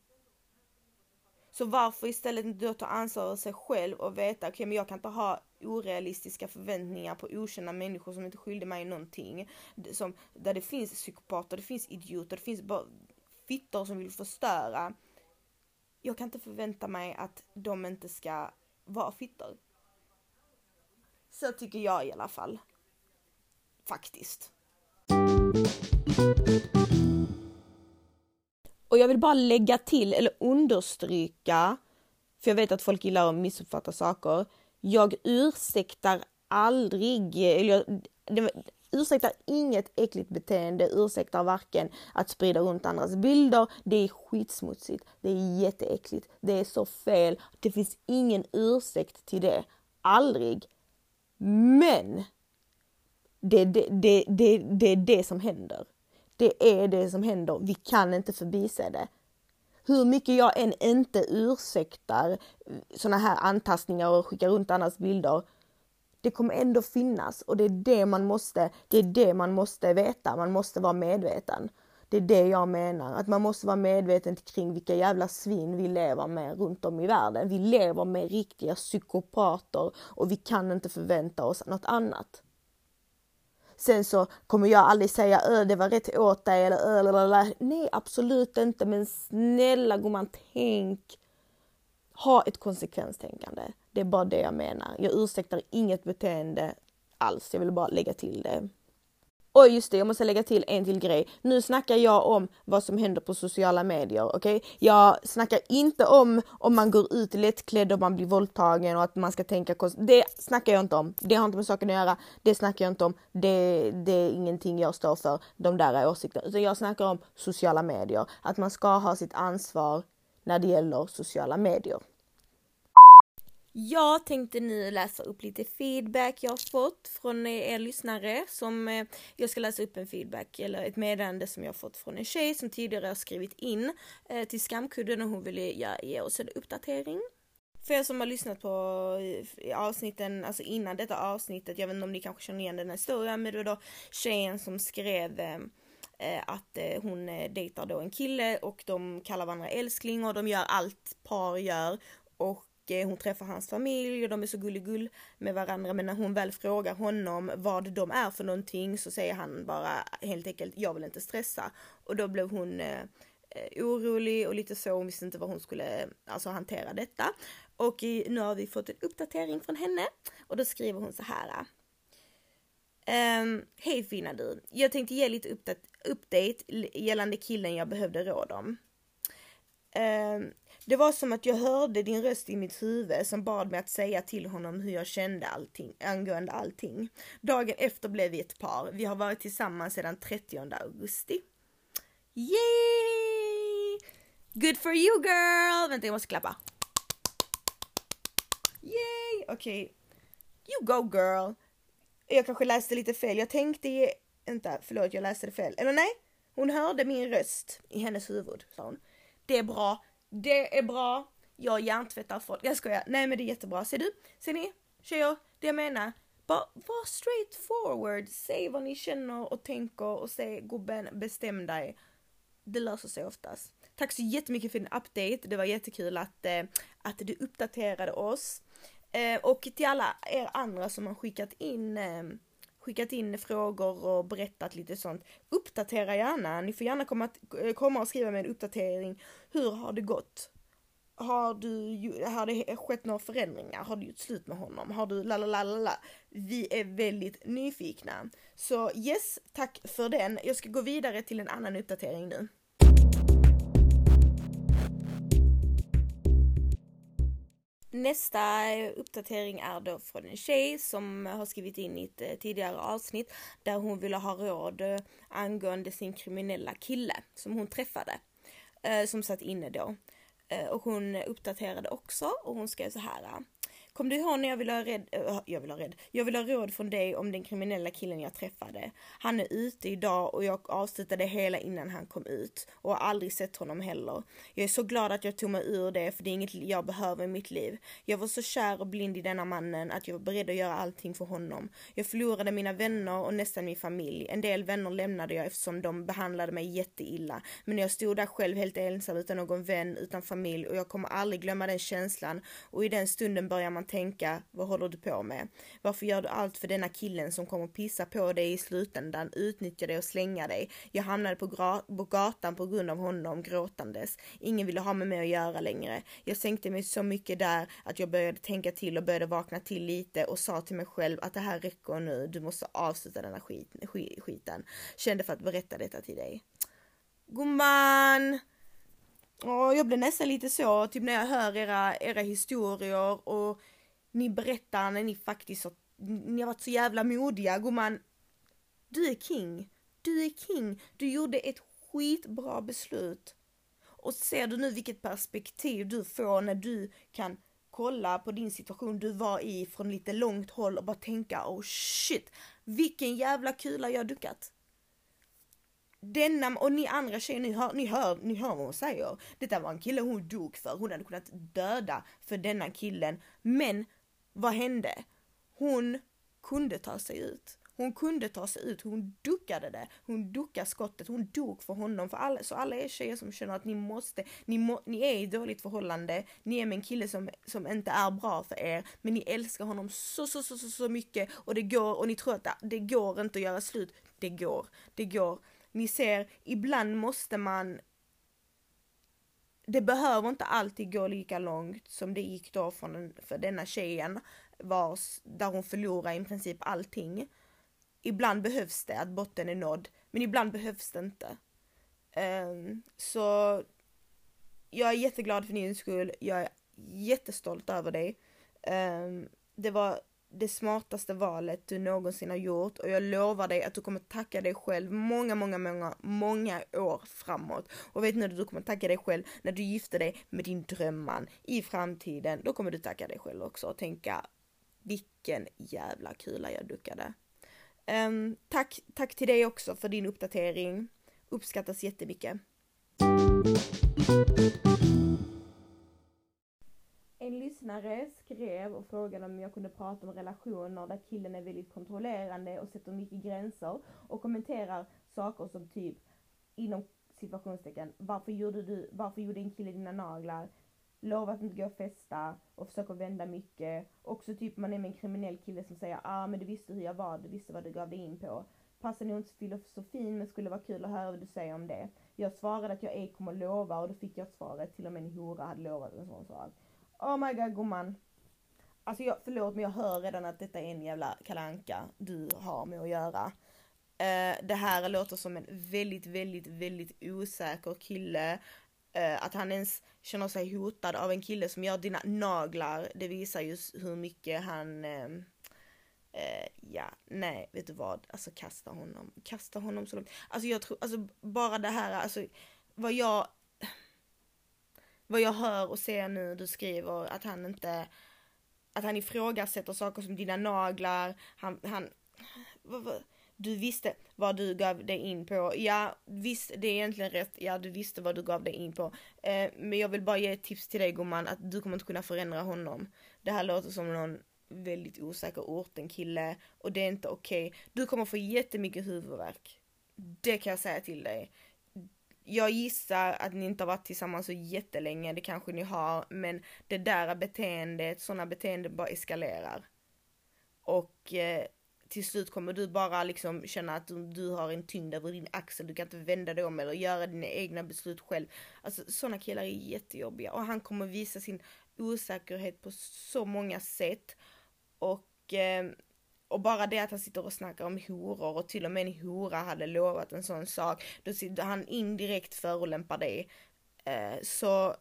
Så varför istället inte då ta ansvar för sig själv och veta, okej okay, men jag kan inte ha orealistiska förväntningar på okända människor som inte skyldig mig någonting. Som, där det finns psykopater, det finns idioter, det finns bara fittor som vill förstöra. Jag kan inte förvänta mig att de inte ska vara fittor. Så tycker jag i alla fall. Faktiskt. Och jag vill bara lägga till eller understryka, för jag vet att folk gillar att missuppfatta saker. Jag ursäktar aldrig, eller jag, det, ursäktar inget äckligt beteende, ursäktar varken att sprida runt andras bilder. Det är skitsmutsigt, det är jätteäckligt, det är så fel. Det finns ingen ursäkt till det, aldrig. Men det, det, det, det, det är det som händer. Det är det som händer. Vi kan inte förbise det. Hur mycket jag än inte ursäktar såna här antastningar och skickar runt andras bilder, det kommer ändå finnas. Och det är det man måste, det är det man måste veta. Man måste vara medveten. Det är det jag menar. Att man måste vara medveten kring vilka jävla svin vi lever med runt om i världen. Vi lever med riktiga psykopater och vi kan inte förvänta oss något annat. Sen så kommer jag aldrig säga öh det var rätt åt dig eller öh lalala. Nej, absolut inte. Men snälla gumman, tänk. Ha ett konsekvenstänkande. Det är bara det jag menar. Jag ursäktar inget beteende alls. Jag vill bara lägga till det. Och just det, jag måste lägga till en till grej. Nu snackar jag om vad som händer på sociala medier, okej? Okay? Jag snackar inte om om man går ut lättklädd och man blir våldtagen och att man ska tänka kost. Det snackar jag inte om. Det har inte med saken att göra. Det snackar jag inte om. Det, det är ingenting jag står för, de där åsikterna. Utan jag snackar om sociala medier. Att man ska ha sitt ansvar när det gäller sociala medier. Jag tänkte nu läsa upp lite feedback jag har fått från er lyssnare. Som jag ska läsa upp en feedback eller ett meddelande som jag har fått från en tjej som tidigare har skrivit in till Skamkudden och hon ville ge oss en uppdatering. För er som har lyssnat på avsnitten, alltså innan detta avsnittet, jag vet inte om ni kanske känner igen den här historien, men det var då tjejen som skrev att hon dejtar då en kille och de kallar varandra älskling och de gör allt par gör och hon träffar hans familj och de är så gulligull med varandra, men när hon väl frågar honom vad de är för någonting så säger han bara helt enkelt jag vill inte stressa. Och då blev hon eh, orolig och lite så, hon visste inte vad hon skulle alltså hantera detta. Och i, nu har vi fått en uppdatering från henne och då skriver hon så här. Um, Hej fina du, jag tänkte ge lite update, update gällande killen jag behövde råd om. Um, Det var som att jag hörde din röst i mitt huvud som bad mig att säga till honom hur jag kände allting, angående allting. Dagen efter blev vi ett par. Vi har varit tillsammans sedan trettionde augusti. Yay! Good for you girl! Vänta, jag måste klappa. Yay! Okej. Okay. You go girl. Jag kanske läste lite fel. Jag tänkte ge... Inte, förlåt, jag läste det fel. Eller nej? Hon hörde min röst i hennes huvud, sa hon. Det är bra. Det är bra. Jag hjärntvättar folk. Jag skojar. Nej, men det är jättebra. Ser du? Ser ni? Tjejer, det jag menar. Bara var straight forward. Säg vad ni känner och tänker och säg gubben, bestäm dig. Det löser sig oftast. Tack så jättemycket för din update. Det var jättekul att, eh, att du uppdaterade oss. Eh, och till alla er andra som har skickat in... Eh, skickat in frågor och berättat lite sånt. Uppdatera gärna. Ni får gärna komma, komma och skriva med en uppdatering. Hur har det gått? Har, du, har det skett några förändringar? Har du gjort slut med honom? Har du lalalala? Vi är väldigt nyfikna. Så yes, tack för den. Jag ska gå vidare till en annan uppdatering nu. Nästa uppdatering är då från en tjej som har skrivit in i ett tidigare avsnitt där hon ville ha råd angående sin kriminella kille som hon träffade, som satt inne då. Och hon uppdaterade också och hon skrev så här: kom du ihåg när jag ville ha rädd, jag vill ha rädd. Jag vill ha råd från dig om den kriminella killen jag träffade. Han är ute idag och jag avslutade hela innan han kom ut och har aldrig sett honom heller. Jag är så glad att jag tog mig ur det, för det är inget jag behöver i mitt liv. Jag var så kär och blind i denna mannen att jag var beredd att göra allting för honom. Jag förlorade mina vänner och nästan min familj. En del vänner lämnade jag eftersom de behandlade mig jätteilla. Men jag stod där själv helt ensam utan någon vän, utan familj, och jag kommer aldrig glömma den känslan. Och i den stunden börjar man han tänka, vad håller du på med? Varför gör du allt för denna killen som kommer pissa på dig i slutändan, utnyttja dig och slänga dig? Jag hamnade på, gra- på gatan på grund av honom, gråtandes. Ingen ville ha med mig att göra längre. Jag sänkte mig så mycket där att jag började tänka till och började vakna till lite och sa till mig själv att det här räcker nu, du måste avsluta denna skit, skit, skiten. Kände för att berätta detta till dig. Gumman! Och jag blir nästan lite så, typ när jag hör era, era historier och ni berättar när ni faktiskt har, ni har varit så jävla modiga. Gumman, du är king. Du är king. Du gjorde ett skitbra beslut. Och ser du nu vilket perspektiv du får när du kan kolla på din situation du var i från lite långt håll och bara tänka, oh shit, vilken jävla kula jag duckat. Denna, och ni andra tjejer, ni hör, ni hör, ni hör vad hon säger. Detta var en kille hon dog för. Hon hade kunnat döda för denna killen. Men vad hände? Hon kunde ta sig ut. Hon kunde ta sig ut. Hon duckade det. Hon duckade skottet. Hon dog för honom. För alla, så alla er tjejer som känner att ni måste, ni, må, ni är i ett dåligt förhållande. Ni är med en kille som, som inte är bra för er. Men ni älskar honom så, så, så, så, så mycket. Och det går, och ni tror att det går inte att göra slut. Det går. Det går. Ni ser, ibland måste man, det behöver inte alltid gå lika långt som det gick då för, den, för denna tjejen vars, där hon förlorar i princip allting. Ibland behövs det att botten är nådd, men ibland behövs det inte. Um, så jag är jätteglad för din skull, jag är jättestolt över dig. Um, det var det smartaste valet du någonsin har gjort och jag lovar dig att du kommer tacka dig själv många, många, många, många år framåt. Och vet ni, du kommer tacka dig själv när du gifter dig med din drömman i framtiden. Då kommer du tacka dig själv också och tänka, vilken jävla kula jag duckade. Um, tack, tack till dig också för din uppdatering. Uppskattas jättemycket. En lyssnare skrev och frågade om jag kunde prata om relationer där killen är väldigt kontrollerande och sätter mycket gränser och kommenterar saker som typ inom situationstecken, varför gjorde du, varför gjorde en kille dina naglar, lova att inte gå och festa och försöka vända mycket. Också typ man är med en kriminell kille som säger, ah men du visste hur jag var, du visste vad du gav dig in på. Passar nog inte filosofin men skulle vara kul att höra vad du säger om det. Jag svarade att jag ej kommer lova och då fick jag svaret, till och med en hora hade lovat en sån sak. Oh my god, gumman. Alltså jag, förlåt men jag hör redan att detta är en jävla kalanka du har med att göra. Uh, det här låter som en väldigt, väldigt, väldigt osäker kille. Uh, att han ens känner sig hotad av en kille som gör dina naglar. Det visar ju hur mycket han... Uh, uh, ja, nej, vet du vad? Alltså kasta honom. Kasta honom så långt. Alltså jag tror, alltså bara det här, alltså vad jag... Vad jag hör och ser nu, du skriver att han inte, att han ifrågasätter saker som dina naglar, han, han vad, vad, du visste vad du gav dig in på, ja visst det är egentligen rätt, ja du visste vad du gav dig in på, eh, men jag vill bara ge ett tips till dig gumman, att du kommer inte kunna förändra honom. Det här låter som någon väldigt osäker orten kille och det är inte okej. Okay. Du kommer få jättemycket huvudvärk, det kan jag säga till dig. Jag gissar att ni inte har varit tillsammans så jättelänge, det kanske ni har, men det där beteendet, sådana beteenden bara eskalerar. Och eh, till slut kommer du bara liksom känna att du, du har en tyngd över din axel, du kan inte vända dig om eller göra dina egna beslut själv. Alltså sådana killar är jättejobbiga och han kommer visa sin osäkerhet på så många sätt. Och... Eh, Och bara det att han sitter och snackar om horor och till och med en hora hade lovat en sån sak. Då sitter han indirekt förolämpar dig. Eh, så,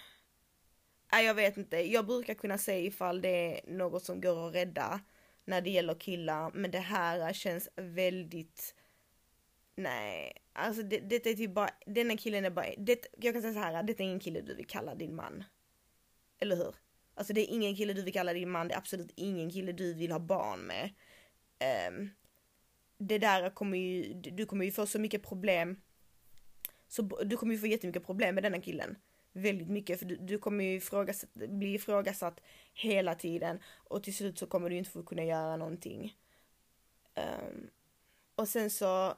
nej äh, jag vet inte. Jag brukar kunna säga ifall det är något som går att rädda när det gäller killar. Men det här känns väldigt, nej. Alltså det, det är typ bara, denna killen är bara, det, jag kan säga så här, det är ingen kille du vill kalla din man. Eller hur? Alltså det är ingen kille du vill kalla din man, det är absolut ingen kille du vill ha barn med. Um, det där kommer ju, du kommer ju få så mycket problem. Så du kommer ju få jättemycket problem med denna killen. Väldigt mycket, för du, du kommer ju ifrågasatt, bli ifrågasatt hela tiden. Och till slut så kommer du inte få kunna göra någonting. Um, och sen så...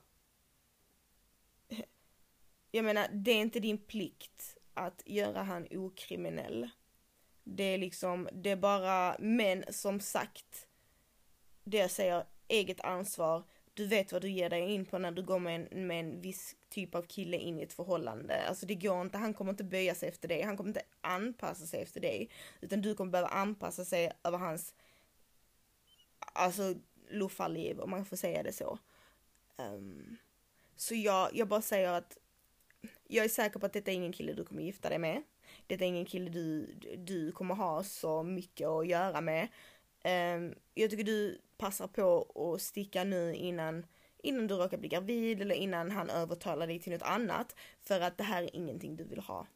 Jag menar, det är inte din plikt att göra han okriminell. Det är liksom, det är bara, men som sagt, det jag säger, eget ansvar. Du vet vad du ger dig in på när du går med en, med en viss typ av kille in i ett förhållande. Alltså det går inte, han kommer inte böja sig efter dig, han kommer inte anpassa sig efter dig, utan du kommer behöva anpassa sig över hans, alltså, luffarliv, om man får säga det så. Um, så jag, jag bara säger att jag är säker på att detta är ingen kille du kommer gifta dig med. Detta är ingen kille du, du kommer ha så mycket att göra med. Um, jag tycker du passar på att sticka nu innan, innan du råkar bli gravid eller innan han övertalar dig till något annat. För att det här är ingenting du vill ha.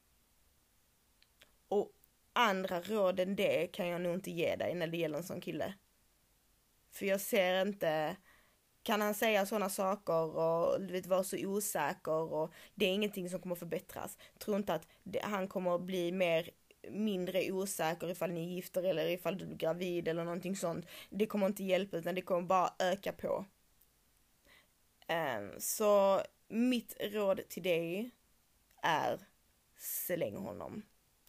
Och andra råd än det kan jag nog inte ge dig när det gäller en sån kille. För jag ser inte, kan han säga sådana saker och du vet, vara så osäker, och det är ingenting som kommer förbättras. Tror inte att det, han kommer bli mer mindre osäker ifall ni gifter eller ifall du blir gravid eller någonting sånt. Det kommer inte hjälpa, utan det kommer bara öka på. Um, så mitt råd till dig är: släng honom.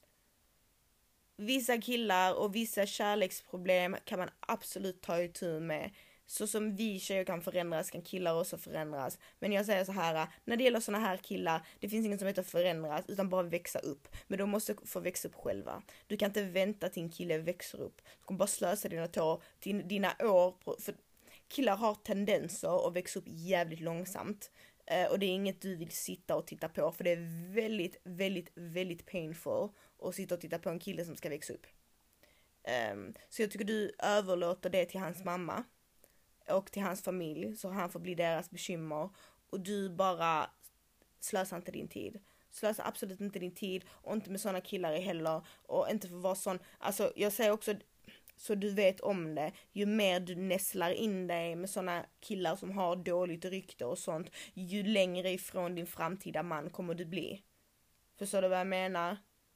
Vissa killar och vissa kärleksproblem kan man absolut ta itu med. Så som vi tjejer kan förändras kan killar också förändras. Men jag säger så här, när det gäller såna här killar, det finns inget som heter förändras, utan bara växa upp. Men de måste få växa upp själva. Du kan inte vänta till en kille växer upp. Du kommer bara slösa dina, tår, dina år. På, för killar har tendenser att växa upp jävligt långsamt. Och det är inget du vill sitta och titta på, för det är väldigt, väldigt, väldigt painful att sitta och titta på en kille som ska växa upp. Um, så jag tycker du överlåter det till hans mamma och till hans familj, så han får bli deras bekymmer, och du bara slösar inte din tid. Slösa absolut inte din tid, och inte med såna killar heller, och inte för att vara sån. Alltså jag säger också, så du vet om det, ju mer du näslar in dig med såna killar som har dåligt rykte och sånt, ju längre ifrån din framtida man kommer du bli. Förstår du vad jag menar?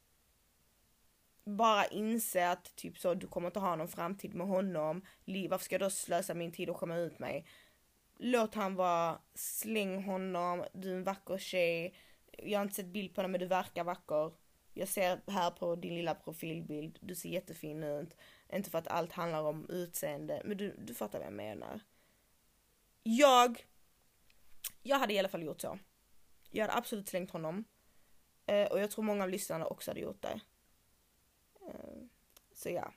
Bara inse att typ så, du kommer inte ha någon framtid med honom. Varför ska jag då slösa min tid och komma ut mig? Låt han vara, släng honom, du är en vacker tjej. Jag har inte sett bild på dig, men du verkar vacker. Jag ser här på din lilla profilbild, du ser jättefin ut. Inte för att allt handlar om utseende, men du, du fattar vad jag menar. Jag, jag hade i alla fall gjort så. Jag hade absolut slängt honom. Eh, och jag tror många av lyssnarna också hade gjort det. Eh, så ja.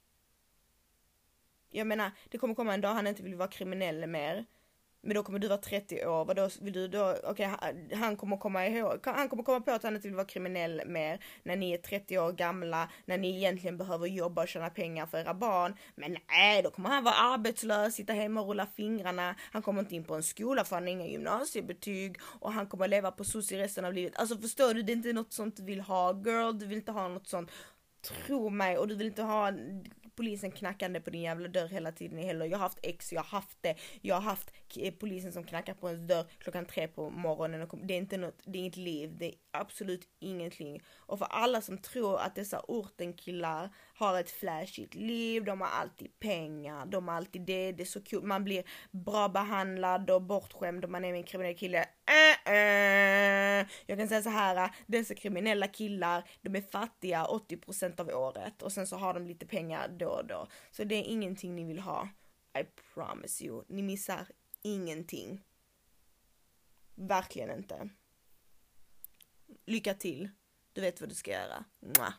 Jag menar, det kommer komma en dag han inte vill vara kriminell mer. Men då kommer du vara trettio år. Vad då vill du då? Okej, okay, han kommer komma ihåg. Han kommer komma på att han inte vill vara kriminell mer när ni är trettio år gamla, när ni egentligen behöver jobba och tjäna pengar för era barn. Men nej, då kommer han vara arbetslös, sitta hemma och rulla fingrarna. Han kommer inte in på en skola för han har inga gymnasiebetyg, och han kommer leva på soci resten av livet. Alltså förstår du, det är inte något sånt du vill ha, girl. Du vill inte ha något sånt. Tro mig, och du vill inte ha polisen knackande på din jävla dörr hela tiden heller. Jag har haft ex, jag har haft det. Jag har haft polisen som knackar på ens dörr klockan tre på morgonen. Och det är inte något, det är inget liv. Det är absolut ingenting. Och för alla som tror att dessa ortenkillar har ett flashigt liv, de har alltid pengar, de har alltid det, det är så kul. Man blir bra behandlad och bortskämd om man är en kriminell kille. Äh, äh. Jag kan säga så här, dessa kriminella killar, de är fattiga åttio procent av året, och sen så har de lite pengar då och då. Så det är ingenting ni vill ha. I promise you. Ni missar ingenting. Verkligen inte. Lycka till. Du vet vad du ska göra. Mwah.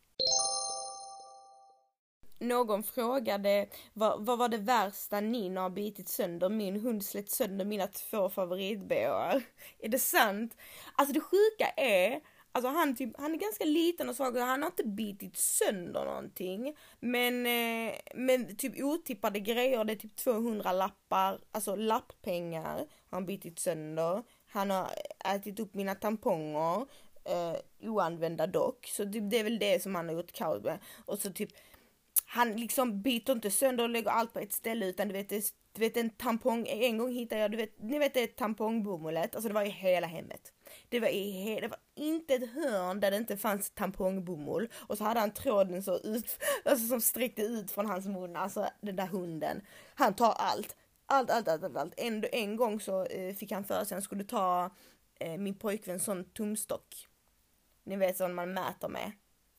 Någon frågade, vad, vad var det värsta Nina har bitit sönder? Min hund slätt sönder mina två favoritbåar. Är det sant? Alltså det sjuka är, alltså han, typ, han är ganska liten och svag, och han har inte bitit sönder någonting. Men, eh, men typ otippade grejer, det är typ tvåhundra lappar, alltså lapppengar har han bitit sönder. Han har ätit upp mina tamponger, eh, oanvända dock. Så typ, det är väl det som han har gjort kaos med. Och så typ, han liksom biter inte sönder och lägger allt på ett ställe, utan du vet, det, du vet en tampong, en gång hittade jag, du vet, ni vet det tampongbomullet, alltså det var i hela hemmet. Det var, i he- det var inte ett hörn där det inte fanns tampongbomull, och så hade han tråden så ut, alltså som sträckte ut från hans mun, alltså den där hunden. Han tar allt, allt, allt, allt, allt. allt. En, en gång så eh, fick han för sig att han skulle ta eh, min pojkvän sån tumstock. Ni vet sån man mäter med.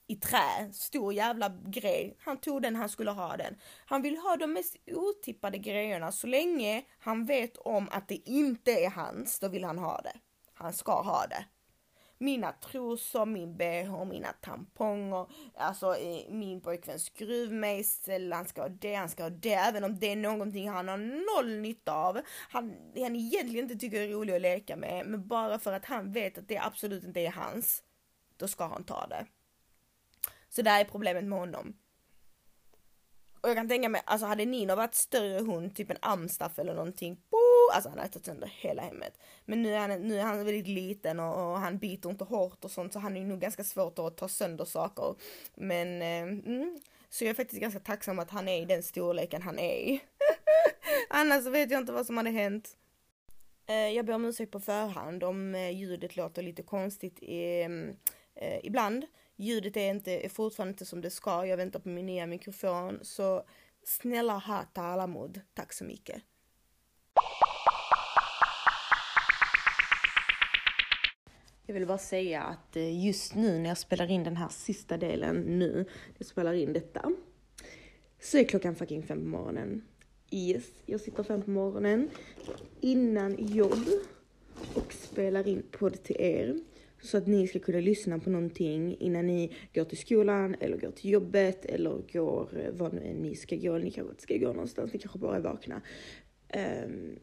i trä, stor jävla grej. Han tog den, han skulle ha den. Han vill ha de mest otippade grejerna. Så länge han vet om att det inte är hans, då vill han ha det. Han ska ha det. Mina trosor, min B H, mina tamponger, alltså min pojkväns skruvmejsel, han ska ha det, han ska ha det, även om det är någonting han har noll nytta av. Han, han egentligen inte tycker det är roligt att leka med, men bara för att han vet att det absolut inte är hans, då ska han ta det. Så där är problemet med honom. Och jag kan tänka mig, alltså hade Nino varit större hund, typ en amstaff eller någonting, alltså han har tagit sönder hela hemmet. Men nu är han, nu är han väldigt liten och, och han biter inte hårt och sånt, så han är nog ganska svårt att ta sönder saker. Men, eh, mm, så jag är faktiskt ganska tacksam att han är i den storleken han är i. Annars vet jag inte vad som hade hänt. Eh, jag ber om ursäkt på förhand om eh, ljudet låter lite konstigt i, eh, ibland. Ljudet är, inte, är fortfarande inte som det ska. Jag väntar på min nya mikrofon. Så snälla ha talamod. Tack så mycket. Jag vill bara säga att just nu när jag spelar in den här sista delen nu. Jag spelar in detta. Så är klockan fucking fem på morgonen. Yes, jag sitter fem på morgonen. Innan jobb. Och spelar in podd till er. Så att ni ska kunna lyssna på någonting innan ni går till skolan eller går till jobbet eller går vad nu än ni ska gå. Ni kanske inte ska gå någonstans, ni kanske bara är vakna. Um,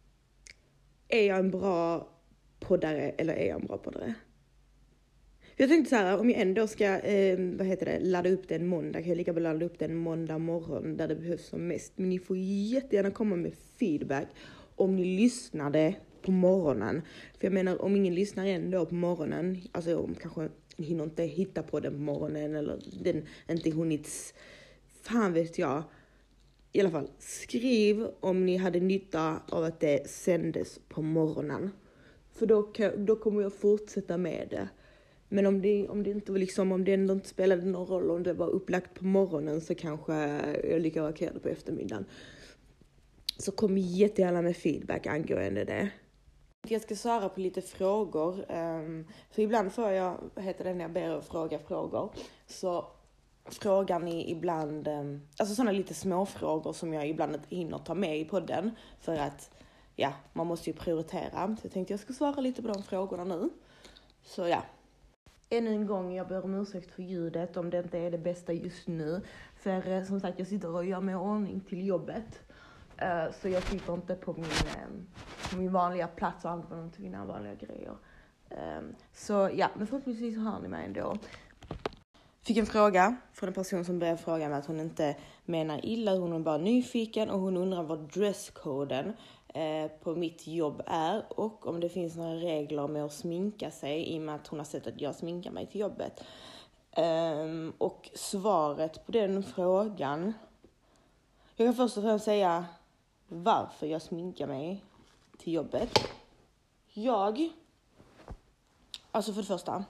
är jag en bra poddare eller är jag en bra poddare? Jag tänkte så här, om jag ändå ska um, vad heter det, ladda upp den måndag, kan jag lika väl ladda upp den måndag morgon där det behövs som mest. Men ni får jättegärna komma med feedback om ni lyssnade på morgonen. För jag menar, om ingen lyssnar ändå på morgonen, alltså om kanske hinner inte hitta på den på morgonen eller den inte hunnit, fan vet jag. I alla fall, skriv om ni hade nytta av att det sändes på morgonen. För då, kan, då kommer jag fortsätta med det. Men om det, om det inte var liksom, om det ändå inte spelade någon roll, om det var upplagt på morgonen, så kanske jag lika vakade på eftermiddagen. Så kom jättegärna med feedback angående det. Jag ska svara på lite frågor. Um, för ibland får jag, vad heter det när jag ber att fråga frågor. Så frågar ni ibland, um, alltså sådana lite små frågor som jag ibland inte hinner ta med i podden. För att, ja, man måste ju prioritera. Så jag tänkte jag ska svara lite på de frågorna nu. Så ja. Ännu en gång, jag ber om ursäkt för ljudet om det inte är det bästa just nu. För som sagt, jag sitter och gör mig ordning till jobbet. Uh, så jag sitter inte på min, um, på min vanliga plats och använder inte mina vanliga grejer. Um, så ja, men förhoppningsvis hör ni mig ändå. Fick en fråga från en person som började fråga mig att hon inte menar illa. Hon är bara nyfiken och hon undrar vad dresskoden uh, på mitt jobb är. Och om det finns några regler med att sminka sig i och med att hon har sett att jag sminkar mig till jobbet. Um, och svaret på den frågan. Jag kan först och främst säga varför jag sminkar mig till jobbet. Jag, alltså för det första,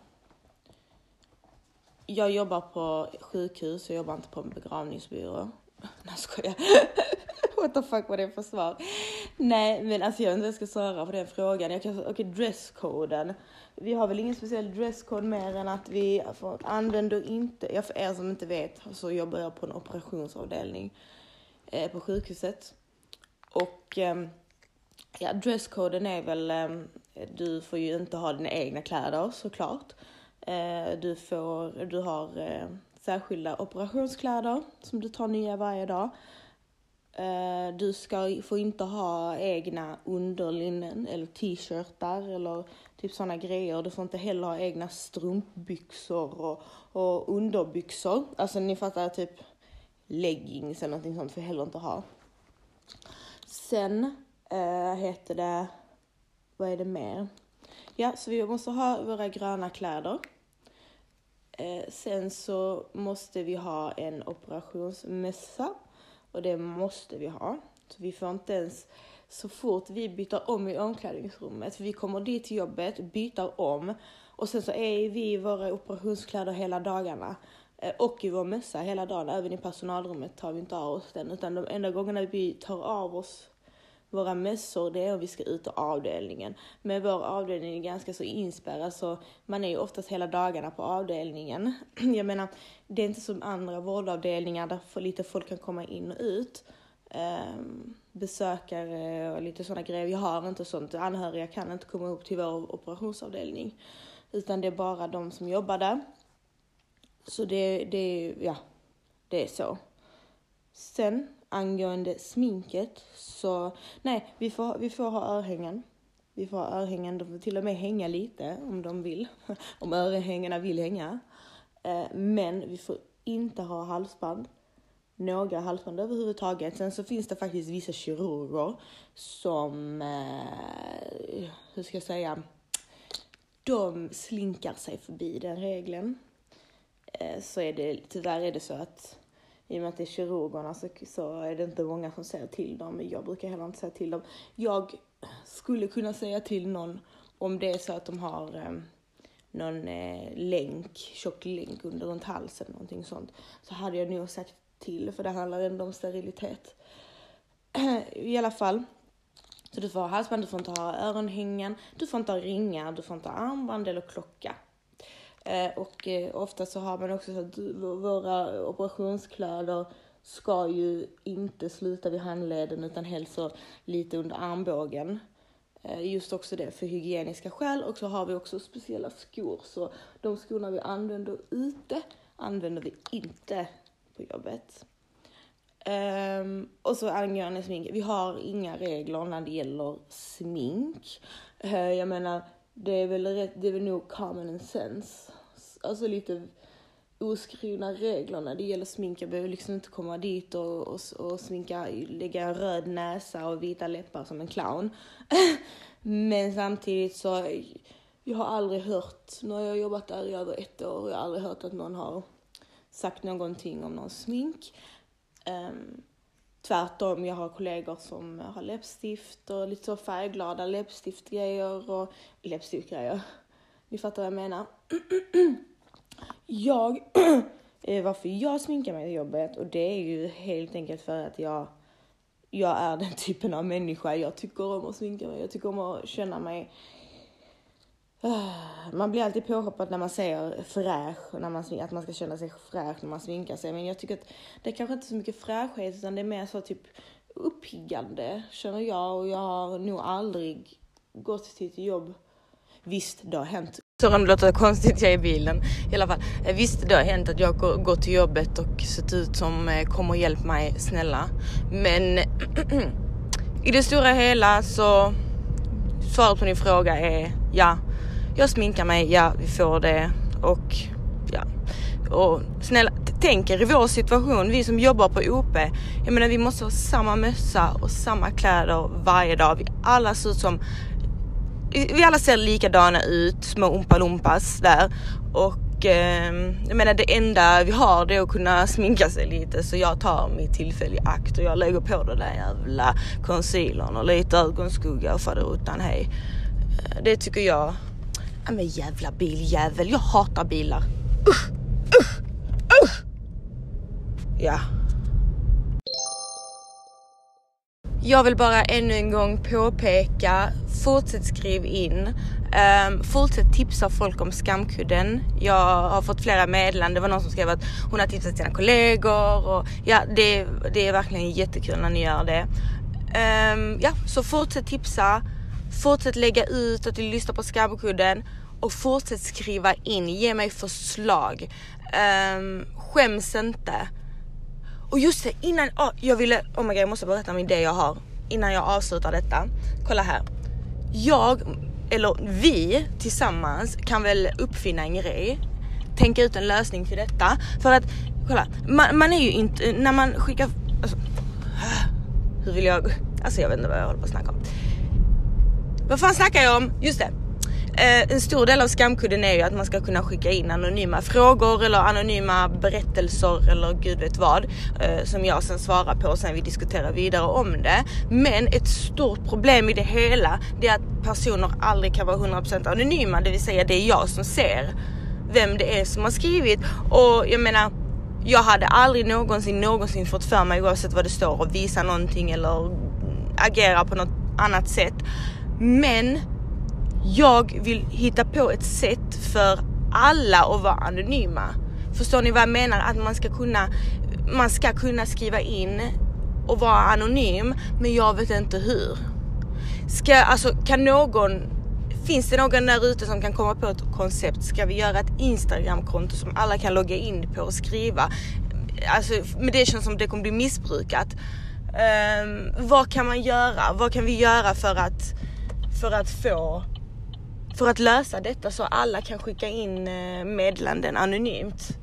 jag jobbar på sjukhus, jag jobbar inte på en begravningsbyrå. Nej, skojar. What the fuck var det för svar? Nej, men alltså jag vet inte jag ska svara på den frågan. Jag kan säga, okej, okay, dresskoden. Vi har väl ingen speciell dresscode mer än att vi använder inte, jag för er som inte vet, så jobbar jag på en operationsavdelning på sjukhuset. Och eh, ja, dresskoden är väl, eh, du får ju inte ha dina egna kläder såklart. Eh, du, får, du har eh, särskilda operationskläder som du tar nya varje dag. Eh, du ska, får inte ha egna underlinnen eller t-shirtar eller typ sådana grejer. Du får inte heller ha egna strumpbyxor och, och underbyxor. Alltså ni fattar, typ leggings eller någonting sånt får jag heller inte ha. Sen äh, heter det, vad är det mer? Ja, så vi måste ha våra gröna kläder. Eh, sen så måste vi ha en operationsmössa. Och det måste vi ha. Så vi får inte ens, så fort vi byter om i omklädningsrummet. För vi kommer dit till jobbet, byter om. Och sen så är vi i våra operationskläder hela dagarna. Och i vår mössa hela dagen. Även i personalrummet tar vi inte av oss den. Utan de enda gångerna vi tar av oss våra mössor, det är om vi ska ut av avdelningen. Men vår avdelning är ganska så inspärrad, så man är ju oftast hela dagarna på avdelningen. Jag menar, det är inte som andra vårdavdelningar där för lite folk kan komma in och ut. Um, besökare och lite sådana grejer. Vi har inte sånt. Anhöriga kan inte komma upp till vår operationsavdelning. Utan det är bara de som jobbar där. Så det, det, ja, det är så. Sen angående sminket så, nej, vi får, vi får ha örhängen. Vi får ha örhängen, de får till och med hänga lite om de vill. Om örhängena vill hänga. Eh, men vi får inte ha halsband. Några halsband överhuvudtaget. Sen så finns det faktiskt vissa kirurger som, eh, hur ska jag säga, de slinkar sig förbi den regeln. Eh, så är det, tyvärr är det så att i och med att det är kirurgerna så, så är det inte många som säger till dem. Men jag brukar heller inte säga till dem. Jag skulle kunna säga till någon om det är så att de har eh, någon eh, länk, tjock länk under runt halsen, någonting sånt. Så hade jag nog sagt till, för det handlar ändå om sterilitet. I alla fall. Så du får ha halsband, du får inte ha öronhängen, du får inte ha ringar, du får inte ha armband eller klocka. Eh, och eh, ofta så har man också så att våra operationskläder ska ju inte sluta vid handleden utan helst så lite under armbågen. Eh, just också det för hygieniska skäl. Och så har vi också speciella skor, så de skorna vi använder ute använder vi inte på jobbet. Um, och så angående smink. Vi har inga regler när det gäller smink. Uh, jag menar, det är väl rätt, det är väl nog common sense. Alltså lite oskrivna regler när det gäller smink. Jag behöver liksom inte komma dit och, och, och sminka, lägga en röd näsa och vita läppar som en clown. Men samtidigt så, jag har aldrig hört, nu har jag jobbat där i över ett år och jag har aldrig hört att någon har sagt någonting om någon smink. Um, tvärtom, jag har kollegor som har läppstift och lite så färgglada läppstiftgrejer och läppstiftgrejer. Ni fattar vad jag menar. jag, varför jag sminkar mig i jobbet, och det är ju helt enkelt för att jag, jag är den typen av människa. Jag tycker om att sminka mig, jag tycker om att känna mig. Man blir alltid påhoppad när man säger fräsch, när man, att man ska känna sig fräsch när man sminkar sig. Men jag tycker att det är kanske inte så mycket fräschhet, utan det är mer så typ uppiggande, känner jag. Och jag har nog aldrig gått till ett jobb. Visst, det har hänt. Så om det låter konstigt, jag är i bilen. I alla fall, visst, det har hänt att jag har gått till jobbet och sett ut som kom och hjälp mig, snälla. Men i det stora hela så svaret på din fråga är ja. Jag sminkar mig, ja, vi får det. Och ja, och snälla, tänk er i vår situation, vi som jobbar på O P, jag menar vi måste ha samma mössa och samma kläder varje dag. Vi alla ser ut som, vi alla ser likadana ut, små umpalumpas där. Och eh, jag menar det enda vi har det är att kunna sminka sig lite. Så jag tar mitt tillfälle i akt och jag lägger på det där jävla concealern och lite ögonskugga och faderuttan, hej. Det tycker jag. Ja, men jävla biljävel. Jag hatar bilar. Usch, usch, usch. Ja. Jag vill bara ännu en gång påpeka. Fortsätt skriv in. Um, fortsätt tipsa folk om Skamkudden. Jag har fått flera meddelanden. Det var någon som skrev att hon har tipsat sina kollegor. Och ja, det, det är verkligen jättekul när ni gör det. Um, ja, så fortsätt tipsa. Fortsätt lägga ut att du lyssnar på Skamkudden. Och fortsätt skriva in. Ge mig förslag. Um, skäms inte. Och just det, innan... Oh, jag ville... Oh my God, jag måste berätta om en idé jag har. Innan jag avslutar detta. Kolla här. Jag, eller vi tillsammans kan väl uppfinna en grej. Tänka ut en lösning till detta. För att, kolla. Man, man är ju inte... När man skickar... Alltså, hur vill jag... Alltså jag vet inte vad jag håller på att snacka om. Vad fan snackar jag om? Just det. Eh, en stor del av Skamkudden är ju att man ska kunna skicka in anonyma frågor eller anonyma berättelser eller gud vet vad eh, som jag sen svarar på och sen vi diskuterar vidare om det. Men ett stort problem i det hela det är att personer aldrig kan vara hundra procent anonyma, det vill säga det är jag som ser vem det är som har skrivit. Och jag menar, jag hade aldrig någonsin någonsin fått för mig oavsett vad det står och visa någonting eller agera på något annat sätt. Men jag vill hitta på ett sätt för alla att vara anonyma. Förstår ni vad jag menar? Att man ska kunna, man ska kunna skriva in och vara anonym, men jag vet inte hur. Ska, alltså, kan någon, finns det någon där ute som kan komma på ett koncept? Ska vi göra ett Instagram-konto som alla kan logga in på och skriva? Alltså, men det känns som det kommer bli missbrukat. Um, vad kan man göra? Vad kan vi göra för att för att få för att lösa detta så alla kan skicka in meddelanden anonymt?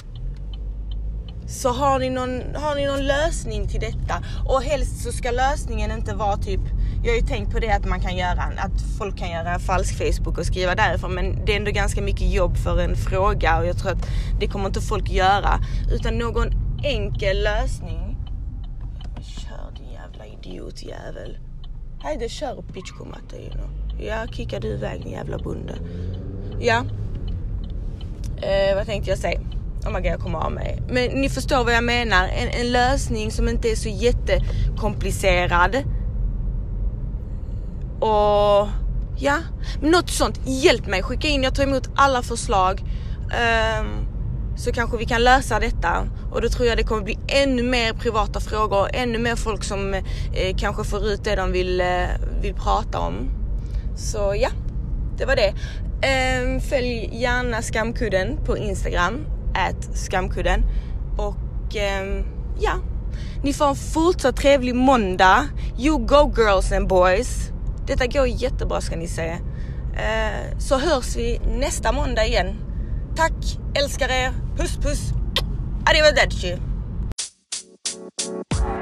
Så har ni någon har ni någon lösning till detta? Och helst så ska lösningen inte vara typ, jag har ju tänkt på det att man kan göra att folk kan göra en falsk Facebook och skriva därifrån, men det är ändå ganska mycket jobb för en fråga och jag tror att det kommer inte folk göra, utan någon enkel lösning. Kör din jävla idiotjävel. Hej, det kör och pitchkomatta ju nu. Ja, kickar du iväg din jävla bunde. Ja. Eh, vad tänkte jag säga? Oh my god, jag kommer av mig. Men ni förstår vad jag menar. En, en lösning som inte är så jättekomplicerad. Och ja, något sånt. Hjälp mig, skicka in. Jag tar emot alla förslag. Um, så kanske vi kan lösa detta. Och då tror jag det kommer bli ännu mer privata frågor. Ännu mer folk som eh, kanske får ut det de vill, eh, vill prata om. Så ja, det var det. Um, följ gärna Skamkudden på Instagram. Ät Skamkudden. Och um, ja, ni får en fortsatt trevlig måndag. You go girls and boys. Detta går jättebra ska ni säga. Uh, så hörs vi nästa måndag igen. Tack, älskar er. Puss puss. Arrivederci.